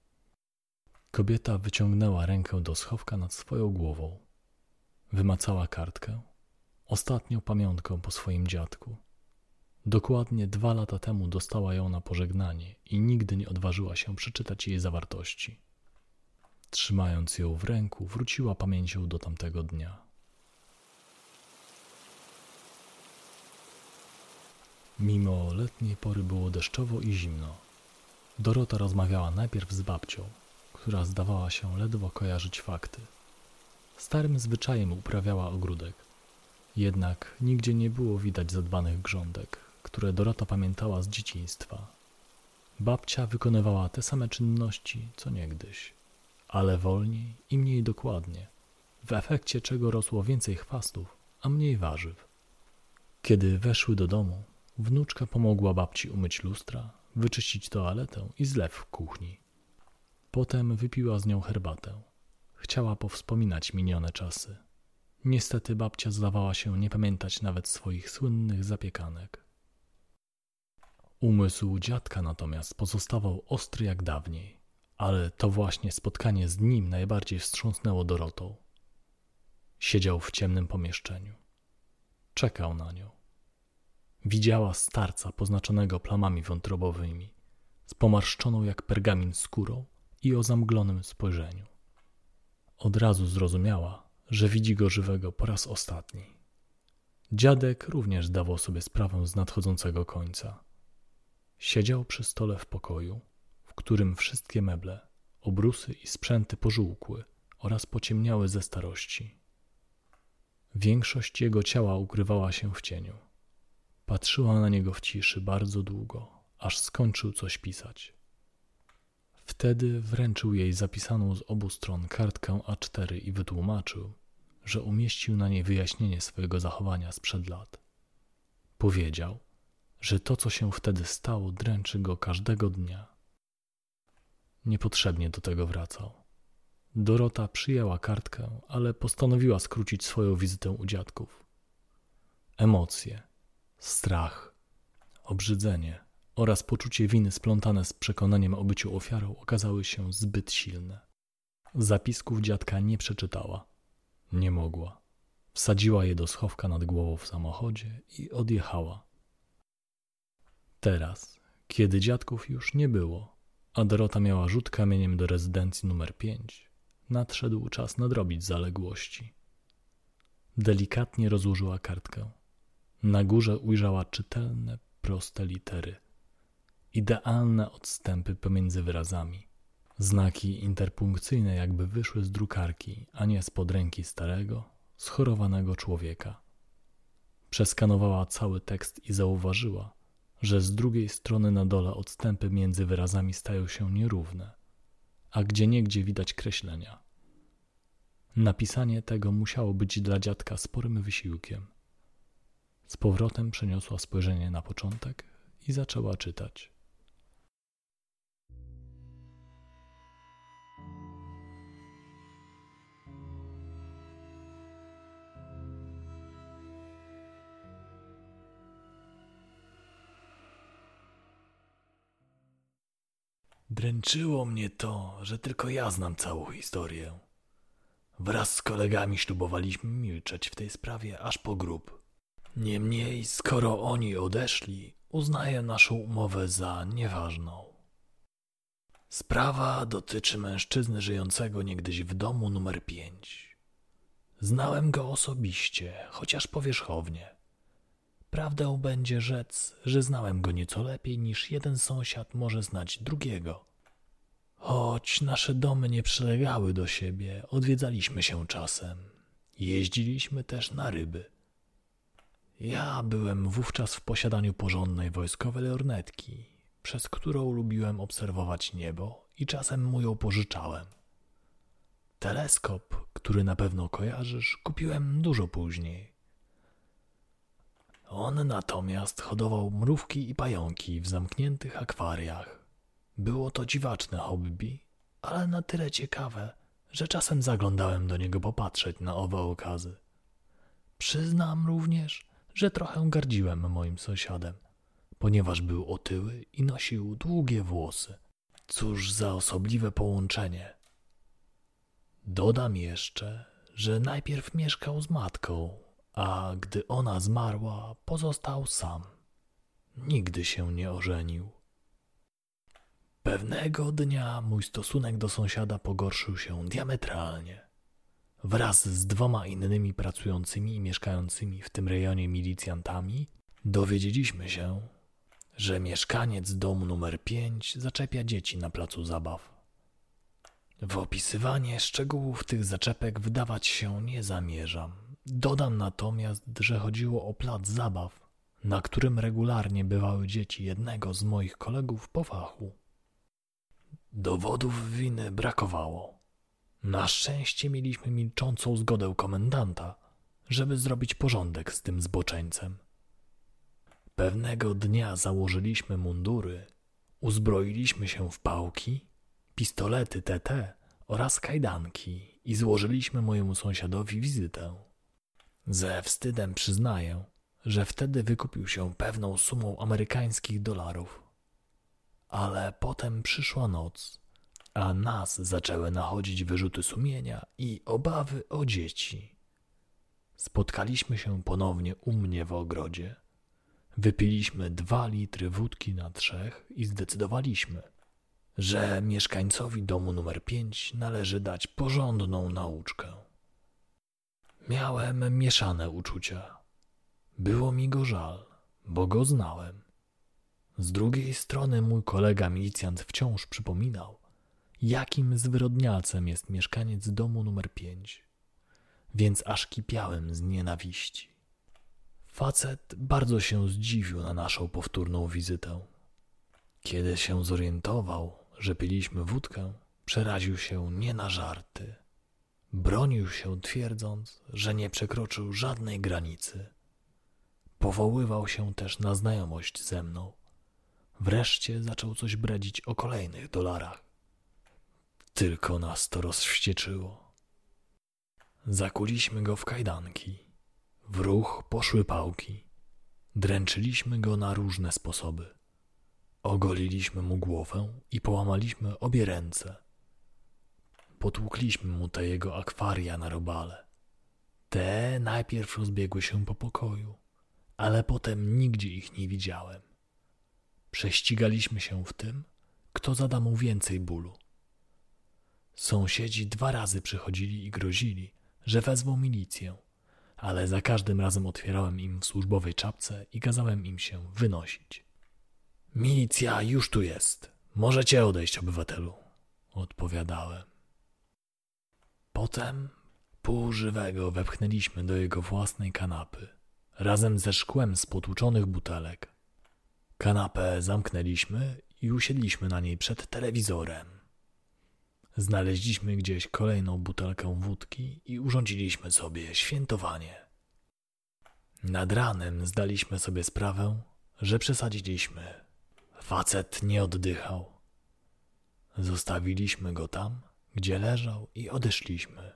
Kobieta wyciągnęła rękę do schowka nad swoją głową. Wymacała kartkę, ostatnią pamiątkę po swoim dziadku. Dokładnie 2 lata temu dostała ją na pożegnanie i nigdy nie odważyła się przeczytać jej zawartości. Trzymając ją w ręku, wróciła pamięcią do tamtego dnia. Mimo letniej pory było deszczowo i zimno. Dorota rozmawiała najpierw z babcią, która zdawała się ledwo kojarzyć fakty. Starym zwyczajem uprawiała ogródek. Jednak nigdzie nie było widać zadbanych grządek, które Dorota pamiętała z dzieciństwa. Babcia wykonywała te same czynności, co niegdyś, ale wolniej i mniej dokładnie, w efekcie czego rosło więcej chwastów, a mniej warzyw. Kiedy weszły do domu, wnuczka pomogła babci umyć lustra, wyczyścić toaletę i zlew w kuchni. Potem wypiła z nią herbatę. Chciała powspominać minione czasy. Niestety babcia zdawała się nie pamiętać nawet swoich słynnych zapiekanek. Umysł dziadka natomiast pozostawał ostry jak dawniej, ale to właśnie spotkanie z nim najbardziej wstrząsnęło Dorotą. Siedział w ciemnym pomieszczeniu. Czekał na nią. Widziała starca poznaczonego plamami wątrobowymi, z pomarszczoną jak pergamin skórą i o zamglonym spojrzeniu. Od razu zrozumiała, że widzi go żywego po raz ostatni. Dziadek również zdawał sobie sprawę z nadchodzącego końca. Siedział przy stole w pokoju, w którym wszystkie meble, obrusy i sprzęty pożółkły oraz pociemniały ze starości. Większość jego ciała ukrywała się w cieniu. Patrzyła na niego w ciszy bardzo długo, aż skończył coś pisać. Wtedy wręczył jej zapisaną z obu stron kartkę A4 i wytłumaczył, że umieścił na niej wyjaśnienie swojego zachowania sprzed lat. Powiedział, że to, co się wtedy stało, dręczy go każdego dnia. Niepotrzebnie do tego wracał. Dorota przyjęła kartkę, ale postanowiła skrócić swoją wizytę u dziadków. Emocje, strach, obrzydzenie oraz poczucie winy splątane z przekonaniem o byciu ofiarą okazały się zbyt silne. Zapisków dziadka nie przeczytała. Nie mogła. Wsadziła je do schowka nad głową w samochodzie i odjechała. Teraz, kiedy dziadków już nie było, a Dorota miała rzut kamieniem do rezydencji numer 5, nadszedł czas nadrobić zaległości. Delikatnie rozłożyła kartkę. Na górze ujrzała czytelne, proste litery. Idealne odstępy pomiędzy wyrazami. Znaki interpunkcyjne jakby wyszły z drukarki, a nie spod ręki starego, schorowanego człowieka. Przeskanowała cały tekst i zauważyła, że z drugiej strony na dole odstępy między wyrazami stają się nierówne, a gdzieniegdzie widać kreślenia. Napisanie tego musiało być dla dziadka sporym wysiłkiem. Z powrotem przeniosła spojrzenie na początek i zaczęła czytać. Dręczyło mnie to, że tylko ja znam całą historię. Wraz z kolegami ślubowaliśmy milczeć w tej sprawie aż po grób. Niemniej, skoro oni odeszli, uznaję naszą umowę za nieważną. Sprawa dotyczy mężczyzny żyjącego niegdyś w domu numer 5. Znałem go osobiście, chociaż powierzchownie. Prawdę będzie rzec, że znałem go nieco lepiej niż jeden sąsiad może znać drugiego. Choć nasze domy nie przylegały do siebie, odwiedzaliśmy się czasem. Jeździliśmy też na ryby. Ja byłem wówczas w posiadaniu porządnej wojskowej lornetki, przez którą lubiłem obserwować niebo i czasem mu ją pożyczałem. Teleskop, który na pewno kojarzysz, kupiłem dużo później. On natomiast hodował mrówki i pająki w zamkniętych akwariach. Było to dziwaczne hobby, ale na tyle ciekawe, że czasem zaglądałem do niego popatrzeć na owe okazy. Przyznam również, że trochę gardziłem moim sąsiadem, ponieważ był otyły i nosił długie włosy. Cóż za osobliwe połączenie. Dodam jeszcze, że najpierw mieszkał z matką, a gdy ona zmarła, pozostał sam. Nigdy się nie ożenił. Pewnego dnia mój stosunek do sąsiada pogorszył się diametralnie. Wraz z 2 innymi pracującymi i mieszkającymi w tym rejonie milicjantami dowiedzieliśmy się, że mieszkaniec domu numer 5 zaczepia dzieci na placu zabaw. W opisywanie szczegółów tych zaczepek wdawać się nie zamierzam. Dodam natomiast, że chodziło o plac zabaw, na którym regularnie bywały dzieci jednego z moich kolegów po fachu. Dowodów winy brakowało. Na szczęście mieliśmy milczącą zgodę komendanta, żeby zrobić porządek z tym zboczeńcem. Pewnego dnia założyliśmy mundury, uzbroiliśmy się w pałki, pistolety TT oraz kajdanki i złożyliśmy mojemu sąsiadowi wizytę. Ze wstydem przyznaję, że wtedy wykupił się pewną sumą amerykańskich dolarów. Ale potem przyszła noc, a nas zaczęły nachodzić wyrzuty sumienia i obawy o dzieci. Spotkaliśmy się ponownie u mnie w ogrodzie. Wypiliśmy 2 litry wódki na 3 i zdecydowaliśmy, że mieszkańcowi domu numer 5 należy dać porządną nauczkę. Miałem mieszane uczucia. Było mi go żal, bo go znałem. Z drugiej strony mój kolega milicjant wciąż przypominał, jakim zwyrodnialcem jest mieszkaniec domu numer 5, więc aż kipiałem z nienawiści. Facet bardzo się zdziwił na naszą powtórną wizytę. Kiedy się zorientował, że piliśmy wódkę, przeraził się nie na żarty. Bronił się, twierdząc, że nie przekroczył żadnej granicy. Powoływał się też na znajomość ze mną. Wreszcie zaczął coś bredzić o kolejnych dolarach. Tylko nas to rozwścieczyło. Zakuliśmy go w kajdanki. W ruch poszły pałki. Dręczyliśmy go na różne sposoby. Ogoliliśmy mu głowę i połamaliśmy obie ręce. Potłukliśmy mu te jego akwaria na robale. Te najpierw rozbiegły się po pokoju, ale potem nigdzie ich nie widziałem. Prześcigaliśmy się w tym, kto zada mu więcej bólu. Sąsiedzi 2 razy przychodzili i grozili, że wezwą milicję, ale za każdym razem otwierałem im w służbowej czapce i kazałem im się wynosić. Milicja już tu jest. Możecie odejść, obywatelu, odpowiadałem. Potem półżywego wepchnęliśmy do jego własnej kanapy, razem ze szkłem z potłuczonych butelek. Kanapę zamknęliśmy i usiedliśmy na niej przed telewizorem. Znaleźliśmy gdzieś kolejną butelkę wódki i urządziliśmy sobie świętowanie. Nad ranem zdaliśmy sobie sprawę, że przesadziliśmy. Facet nie oddychał. Zostawiliśmy go tam, gdzie leżał i odeszliśmy.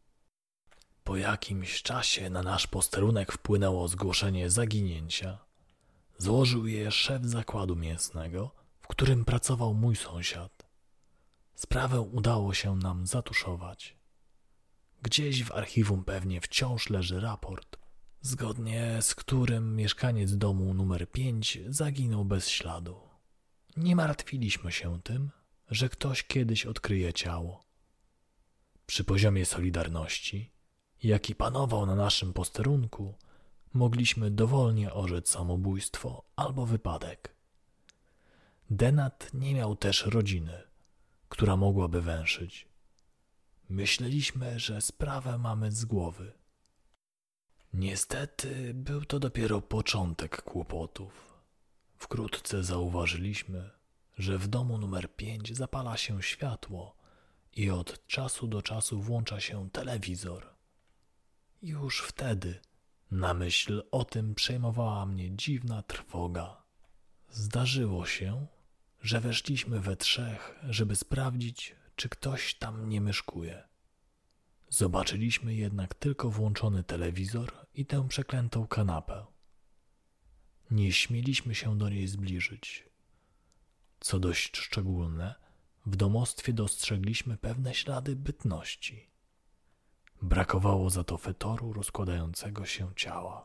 Po jakimś czasie na nasz posterunek wpłynęło zgłoszenie zaginięcia. Złożył je szef zakładu mięsnego, w którym pracował mój sąsiad. Sprawę udało się nam zatuszować. Gdzieś w archiwum pewnie wciąż leży raport, zgodnie z którym mieszkaniec domu numer 5 zaginął bez śladu. Nie martwiliśmy się tym, że ktoś kiedyś odkryje ciało. Przy poziomie solidarności, jaki panował na naszym posterunku, mogliśmy dowolnie orzec samobójstwo albo wypadek. Denat nie miał też rodziny, która mogłaby węszyć. Myśleliśmy, że sprawę mamy z głowy. Niestety był to dopiero początek kłopotów. Wkrótce zauważyliśmy, że w domu numer 5 zapala się światło i od czasu do czasu włącza się telewizor. Już wtedy na myśl o tym przejmowała mnie dziwna trwoga. Zdarzyło się, że weszliśmy we 3, żeby sprawdzić, czy ktoś tam nie myszkuje. Zobaczyliśmy jednak tylko włączony telewizor i tę przeklętą kanapę. Nie śmieliśmy się do niej zbliżyć. Co dość szczególne, w domostwie dostrzegliśmy pewne ślady bytności. Brakowało za to fetoru rozkładającego się ciała.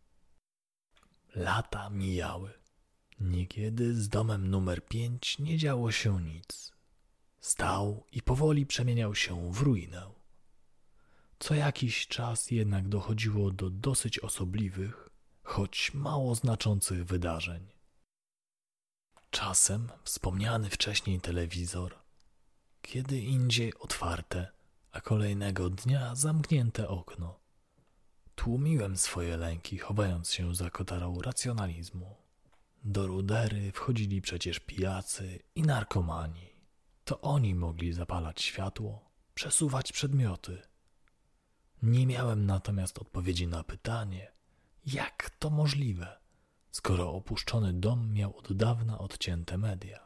Lata mijały. Niekiedy z domem numer 5 nie działo się nic. Stał i powoli przemieniał się w ruinę. Co jakiś czas jednak dochodziło do dosyć osobliwych, choć mało znaczących wydarzeń. Czasem wspomniany wcześniej telewizor, kiedy indziej otwarte, a kolejnego dnia zamknięte okno. Tłumiłem swoje lęki, chowając się za kotarą racjonalizmu. Do rudery wchodzili przecież pijacy i narkomani. To oni mogli zapalać światło, przesuwać przedmioty. Nie miałem natomiast odpowiedzi na pytanie, jak to możliwe, skoro opuszczony dom miał od dawna odcięte media.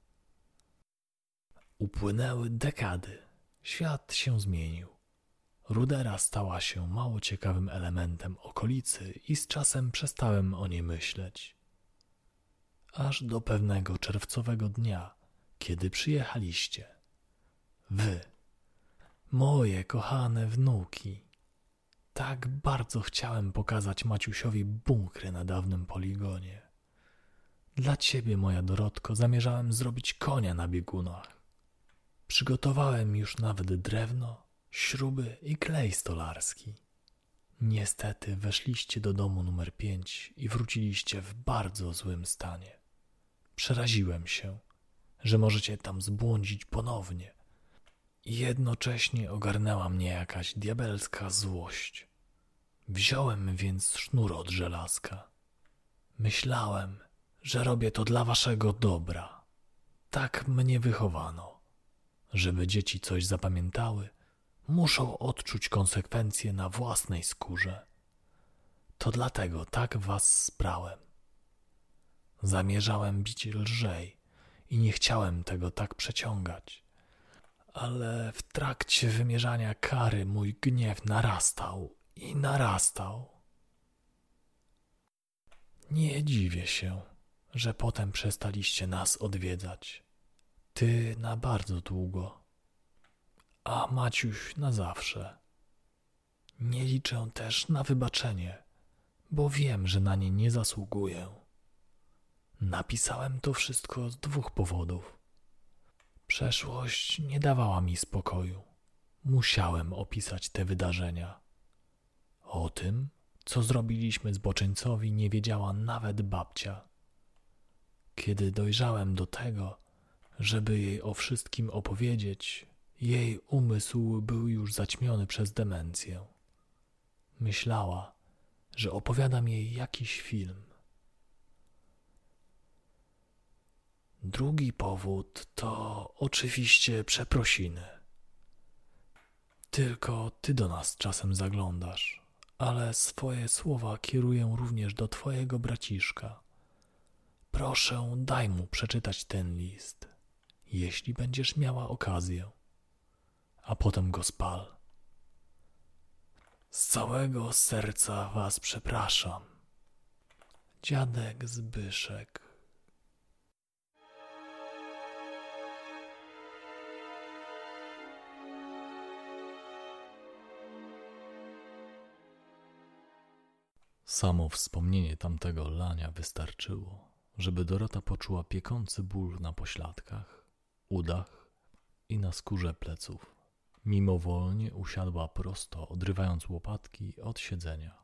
Upłynęły dekady, świat się zmienił. Rudera stała się mało ciekawym elementem okolicy i z czasem przestałem o niej myśleć. Aż do pewnego czerwcowego dnia, kiedy przyjechaliście. Wy, moje kochane wnuki. Tak bardzo chciałem pokazać Maciusiowi bunkry na dawnym poligonie. Dla ciebie, moja Dorotko, zamierzałem zrobić konia na biegunach. Przygotowałem już nawet drewno, śruby i klej stolarski. Niestety weszliście do domu numer 5 i wróciliście w bardzo złym stanie. Przeraziłem się, że możecie tam zbłądzić ponownie. I jednocześnie ogarnęła mnie jakaś diabelska złość. Wziąłem więc sznur od żelazka. Myślałem, że robię to dla waszego dobra. Tak mnie wychowano. Żeby dzieci coś zapamiętały, muszą odczuć konsekwencje na własnej skórze. To dlatego tak was sprałem. Zamierzałem bić lżej i nie chciałem tego tak przeciągać. Ale w trakcie wymierzania kary mój gniew narastał i narastał. Nie dziwię się, że potem przestaliście nas odwiedzać. Ty na bardzo długo, a Maciuś na zawsze. Nie liczę też na wybaczenie, bo wiem, że na nie nie zasługuję. Napisałem to wszystko z 2 powodów. Przeszłość nie dawała mi spokoju. Musiałem opisać te wydarzenia. O tym, co zrobiliśmy zboczeńcowi, nie wiedziała nawet babcia. Kiedy dojrzałem do tego, żeby jej o wszystkim opowiedzieć, jej umysł był już zaćmiony przez demencję. Myślała, że opowiadam jej jakiś film. Drugi powód to oczywiście przeprosiny. Tylko ty do nas czasem zaglądasz, ale swoje słowa kieruję również do twojego braciszka. Proszę, daj mu przeczytać ten list, jeśli będziesz miała okazję, a potem go spal. Z całego serca was przepraszam. Dziadek Zbyszek. Samo wspomnienie tamtego lania wystarczyło, żeby Dorota poczuła piekący ból na pośladkach, udach i na skórze pleców. Mimowolnie usiadła prosto, odrywając łopatki od siedzenia.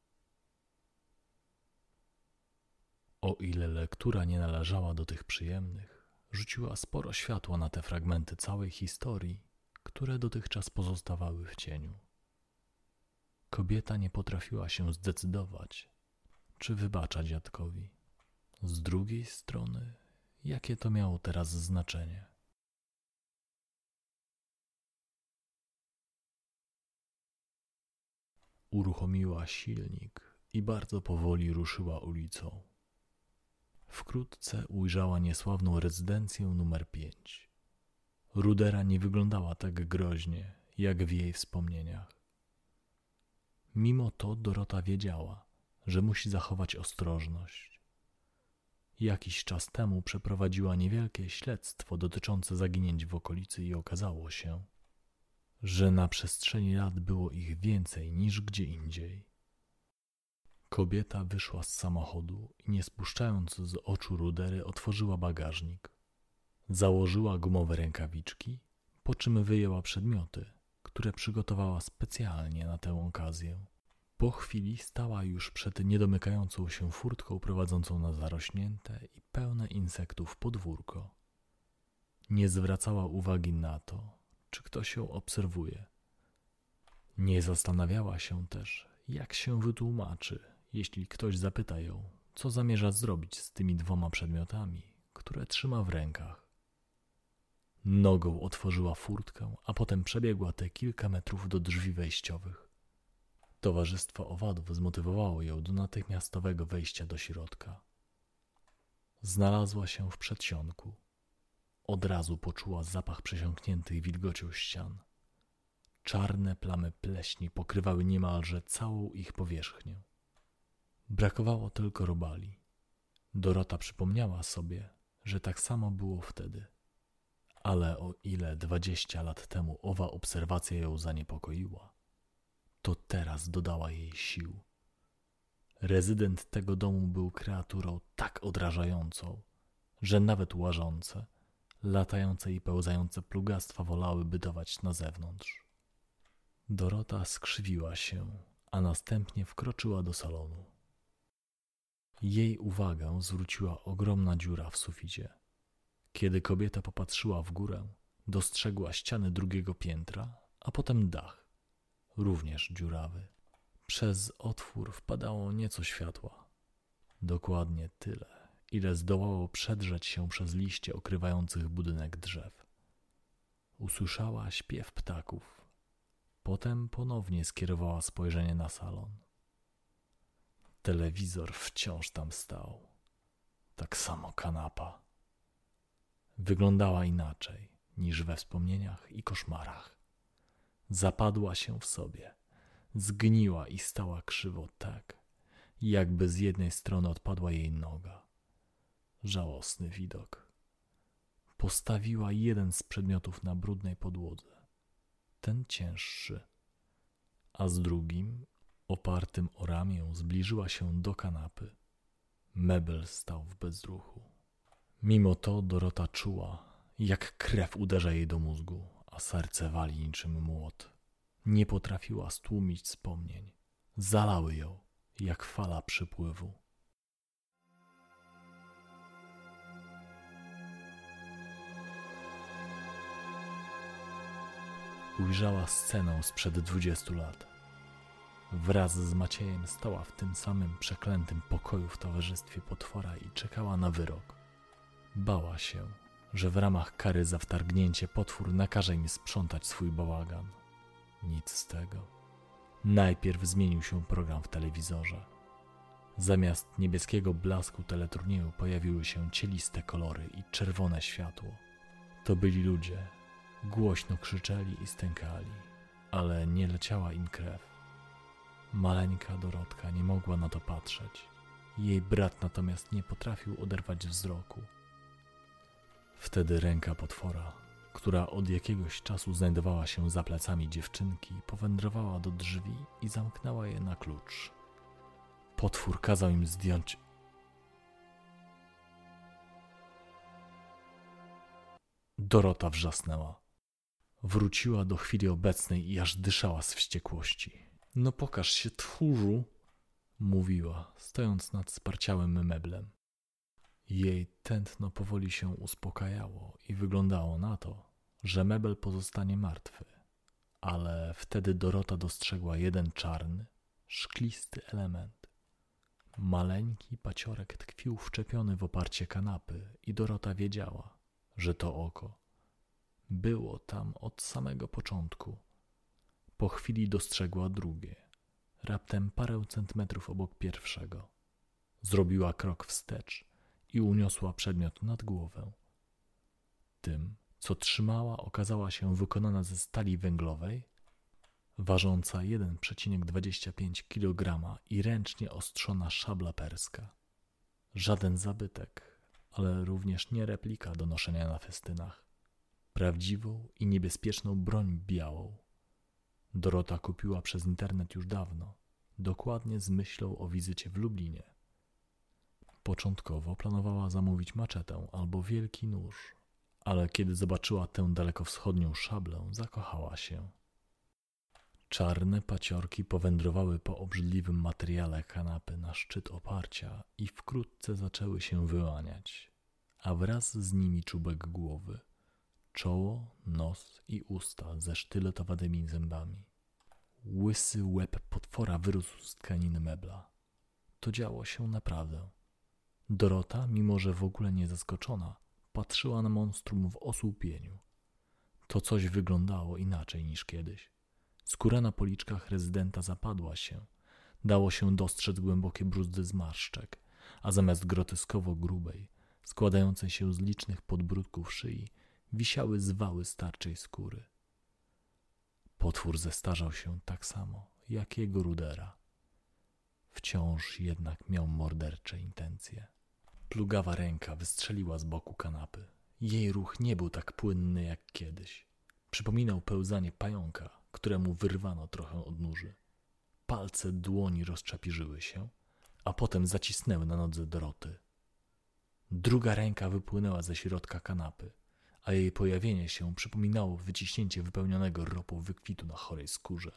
O ile lektura nie należała do tych przyjemnych, rzuciła sporo światła na te fragmenty całej historii, które dotychczas pozostawały w cieniu. Kobieta nie potrafiła się zdecydować, czy wybacza dziadkowi. Z drugiej strony, jakie to miało teraz znaczenie? Uruchomiła silnik i bardzo powoli ruszyła ulicą. Wkrótce ujrzała niesławną rezydencję numer 5. Rudera nie wyglądała tak groźnie, jak w jej wspomnieniach. Mimo to Dorota wiedziała, że musi zachować ostrożność. Jakiś czas temu przeprowadziła niewielkie śledztwo dotyczące zaginięć w okolicy i okazało się, że na przestrzeni lat było ich więcej niż gdzie indziej. Kobieta wyszła z samochodu i nie spuszczając z oczu Rudery otworzyła bagażnik. Założyła gumowe rękawiczki, po czym wyjęła przedmioty, które przygotowała specjalnie na tę okazję. Po chwili stała już przed niedomykającą się furtką prowadzącą na zarośnięte i pełne insektów podwórko. Nie zwracała uwagi na to, czy ktoś ją obserwuje. Nie zastanawiała się też, jak się wytłumaczy, jeśli ktoś zapyta ją, co zamierza zrobić z tymi 2 przedmiotami, które trzyma w rękach. Nogą otworzyła furtkę, a potem przebiegła te kilka metrów do drzwi wejściowych. Towarzystwo owadów zmotywowało ją do natychmiastowego wejścia do środka. Znalazła się w przedsionku. Od razu poczuła zapach przesiąkniętych wilgocią ścian. Czarne plamy pleśni pokrywały niemalże całą ich powierzchnię. Brakowało tylko robali. Dorota przypomniała sobie, że tak samo było wtedy. Ale o ile 20 lat temu owa obserwacja ją zaniepokoiła, to teraz dodała jej sił. Rezydent tego domu był kreaturą tak odrażającą, że nawet łażące, latające i pełzające plugastwa wolały bytować na zewnątrz. Dorota skrzywiła się, a następnie wkroczyła do salonu. Jej uwagę zwróciła ogromna dziura w suficie. Kiedy kobieta popatrzyła w górę, dostrzegła ściany 2. piętra, a potem dach, również dziurawy. Przez otwór wpadało nieco światła. Dokładnie tyle, ile zdołało przedrzeć się przez liście okrywających budynek drzew. Usłyszała śpiew ptaków. Potem ponownie skierowała spojrzenie na salon. Telewizor wciąż tam stał. Tak samo kanapa. Wyglądała inaczej niż we wspomnieniach i koszmarach. Zapadła się w sobie, zgniła i stała krzywo tak, jakby z jednej strony odpadła jej noga. Żałosny widok. Postawiła jeden z przedmiotów na brudnej podłodze, ten cięższy, a z drugim, opartym o ramię, zbliżyła się do kanapy. Mebel stał w bezruchu. Mimo to Dorota czuła, jak krew uderza jej do mózgu, a serce wali niczym młot. Nie potrafiła stłumić wspomnień. Zalały ją, jak fala przypływu. Ujrzała scenę sprzed 20 lat. Wraz z Maciejem stała w tym samym przeklętym pokoju w towarzystwie potwora i czekała na wyrok. Bała się, że w ramach kary za wtargnięcie potwór nakaże im sprzątać swój bałagan. Nic z tego. Najpierw zmienił się program w telewizorze. Zamiast niebieskiego blasku teleturnieju pojawiły się cieliste kolory i czerwone światło. To byli ludzie. Głośno krzyczeli i stękali, ale nie leciała im krew. Maleńka Dorotka nie mogła na to patrzeć. Jej brat natomiast nie potrafił oderwać wzroku. Wtedy ręka potwora, która od jakiegoś czasu znajdowała się za plecami dziewczynki, powędrowała do drzwi i zamknęła je na klucz. Potwór kazał im zdjąć... Dorota wrzasnęła. Wróciła do chwili obecnej i aż dyszała z wściekłości. No pokaż się, tchórzu, mówiła, stojąc nad sparciałym meblem. Jej tętno powoli się uspokajało i wyglądało na to, że mebel pozostanie martwy. Ale wtedy Dorota dostrzegła jeden czarny, szklisty element. Maleńki paciorek tkwił wczepiony w oparcie kanapy i Dorota wiedziała, że to oko. Było tam od samego początku. Po chwili dostrzegła drugie, raptem parę centymetrów obok pierwszego. Zrobiła krok wstecz i uniosła przedmiot nad głowę. Tym, co trzymała, okazała się wykonana ze stali węglowej, ważąca 1,25 kg i ręcznie ostrzona szabla perska. Żaden zabytek, ale również nie replika do noszenia na festynach. Prawdziwą i niebezpieczną broń białą. Dorota kupiła przez internet już dawno, dokładnie z myślą o wizycie w Lublinie. Początkowo planowała zamówić maczetę albo wielki nóż, ale kiedy zobaczyła tę dalekowschodnią szablę, zakochała się. Czarne paciorki powędrowały po obrzydliwym materiale kanapy na szczyt oparcia i wkrótce zaczęły się wyłaniać, a wraz z nimi czubek głowy, czoło, nos i usta ze sztyletowatymi zębami. Łysy łeb potwora wyrósł z tkaniny mebla. To działo się naprawdę. Dorota, mimo że w ogóle nie zaskoczona, patrzyła na monstrum w osłupieniu. To coś wyglądało inaczej niż kiedyś. Skóra na policzkach rezydenta zapadła się. Dało się dostrzec głębokie bruzdy zmarszczek, a zamiast groteskowo grubej, składającej się z licznych podbródków szyi, wisiały zwały starczej skóry. Potwór zestarzał się tak samo, jak jego rudera. Wciąż jednak miał mordercze intencje. Plugawa ręka wystrzeliła z boku kanapy. Jej ruch nie był tak płynny jak kiedyś. Przypominał pełzanie pająka, któremu wyrwano trochę odnóży. Palce dłoni rozczapirzyły się, a potem zacisnęły na nodze Doroty. Druga ręka wypłynęła ze środka kanapy, a jej pojawienie się przypominało wyciśnięcie wypełnionego ropą wykwitu na chorej skórze.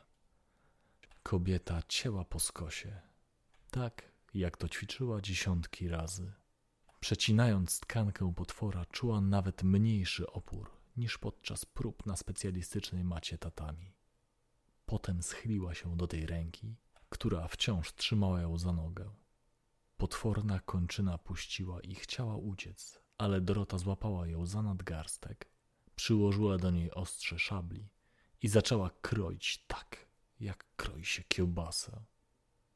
Kobieta cięła po skosie, tak jak to ćwiczyła dziesiątki razy. Przecinając tkankę potwora, czuła nawet mniejszy opór niż podczas prób na specjalistycznej macie tatami. Potem schyliła się do tej ręki, która wciąż trzymała ją za nogę. Potworna kończyna puściła i chciała uciec, ale Dorota złapała ją za nadgarstek, przyłożyła do niej ostrze szabli i zaczęła kroić tak, jak kroi się kiełbasę.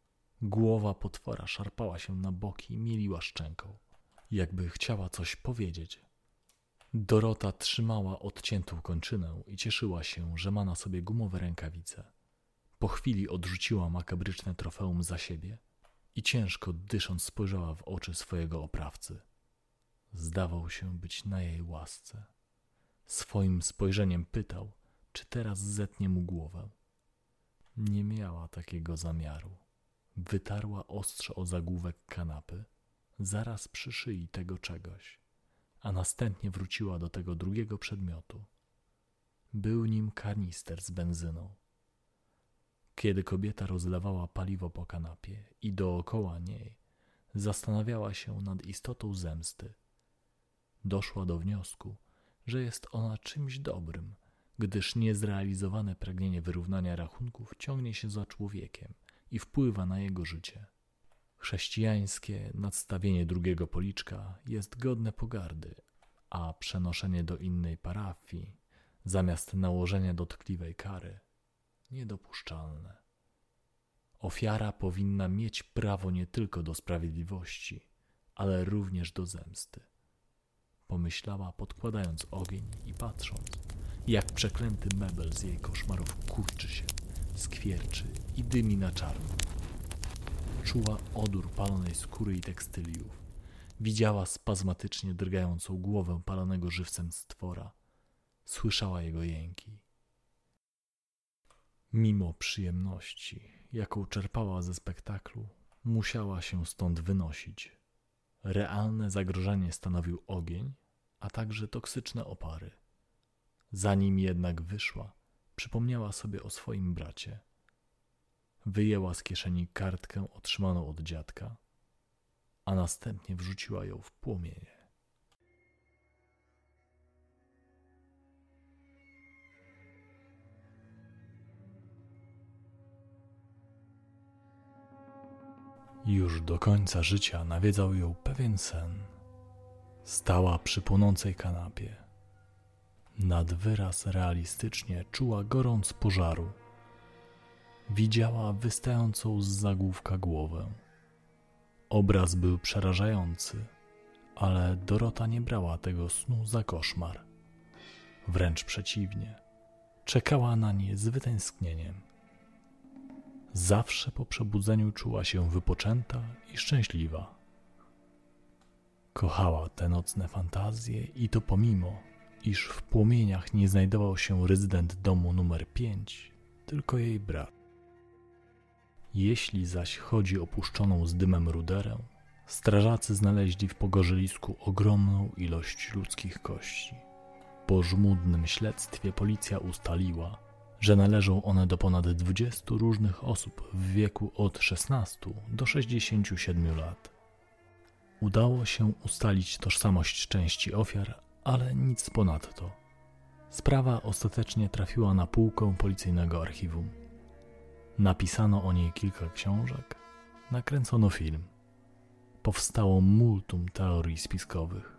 Głowa potwora szarpała się na boki i mieliła szczęką, jakby chciała coś powiedzieć. Dorota trzymała odciętą kończynę i cieszyła się, że ma na sobie gumowe rękawice. Po chwili odrzuciła makabryczne trofeum za siebie i ciężko dysząc spojrzała w oczy swojego oprawcy. Zdawał się być na jej łasce. Swoim spojrzeniem pytał, czy teraz zetnie mu głowę. Nie miała takiego zamiaru. Wytarła ostrze o zagłówek kanapy, zaraz przy szyi tego czegoś, a następnie wróciła do tego drugiego przedmiotu. Był nim kanister z benzyną. Kiedy kobieta rozlewała paliwo po kanapie i dookoła niej, zastanawiała się nad istotą zemsty. Doszła do wniosku, że jest ona czymś dobrym, gdyż niezrealizowane pragnienie wyrównania rachunków ciągnie się za człowiekiem i wpływa na jego życie. Chrześcijańskie nadstawienie drugiego policzka jest godne pogardy, a przenoszenie do innej parafii zamiast nałożenia dotkliwej kary niedopuszczalne. Ofiara powinna mieć prawo nie tylko do sprawiedliwości, ale również do zemsty. Pomyślała, podkładając ogień i patrząc, jak przeklęty mebel z jej koszmarów kurczy się, skwierczy i dymi na czarno. Czuła odór palonej skóry i tekstyliów. Widziała spazmatycznie drgającą głowę palonego żywcem stwora. Słyszała jego jęki. Mimo przyjemności, jaką czerpała ze spektaklu, musiała się stąd wynosić. Realne zagrożenie stanowił ogień, a także toksyczne opary. Zanim jednak wyszła, przypomniała sobie o swoim bracie. Wyjęła z kieszeni kartkę otrzymaną od dziadka, a następnie wrzuciła ją w płomienie. Już do końca życia nawiedzał ją pewien sen. Stała przy płonącej kanapie. Nad wyraz realistycznie czuła gorąc pożaru. Widziała wystającą z zagłówka głowę. Obraz był przerażający, ale Dorota nie brała tego snu za koszmar. Wręcz przeciwnie, czekała na nie z wytęsknieniem. Zawsze po przebudzeniu czuła się wypoczęta i szczęśliwa. Kochała te nocne fantazje i to pomimo, iż w płomieniach nie znajdował się rezydent domu numer 5, tylko jej brat. Jeśli zaś chodzi o puszczoną z dymem ruderę, strażacy znaleźli w pogorzelisku ogromną ilość ludzkich kości. Po żmudnym śledztwie policja ustaliła, że należą one do ponad 20 różnych osób w wieku od 16 do 67 lat. Udało się ustalić tożsamość części ofiar, ale nic ponadto. Sprawa ostatecznie trafiła na półkę policyjnego archiwum. Napisano o niej kilka książek, nakręcono film. Powstało multum teorii spiskowych.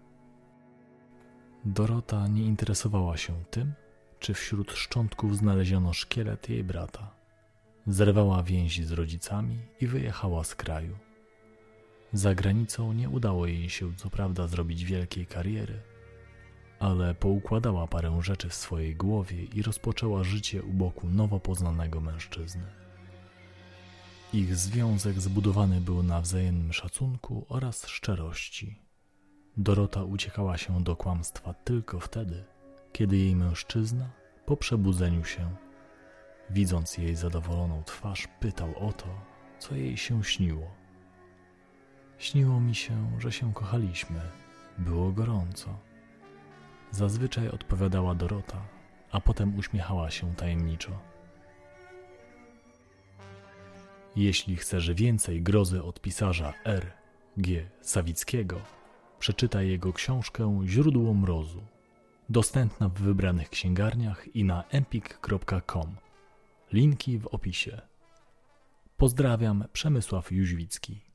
Dorota nie interesowała się tym, czy wśród szczątków znaleziono szkielet jej brata. Zerwała więzi z rodzicami i wyjechała z kraju. Za granicą nie udało jej się co prawda zrobić wielkiej kariery, ale poukładała parę rzeczy w swojej głowie i rozpoczęła życie u boku nowo poznanego mężczyzny. Ich związek zbudowany był na wzajemnym szacunku oraz szczerości. Dorota uciekała się do kłamstwa tylko wtedy, kiedy jej mężczyzna, po przebudzeniu się, widząc jej zadowoloną twarz, pytał o to, co jej się śniło. Śniło mi się, że się kochaliśmy. Było gorąco. Zazwyczaj odpowiadała Dorota, a potem uśmiechała się tajemniczo. Jeśli chcesz więcej grozy od pisarza R. G. Sawickiego, przeczytaj jego książkę Źródło mrozu. Dostępna w wybranych księgarniach i na empik.com. Linki w opisie. Pozdrawiam, Przemysław Jóźwicki.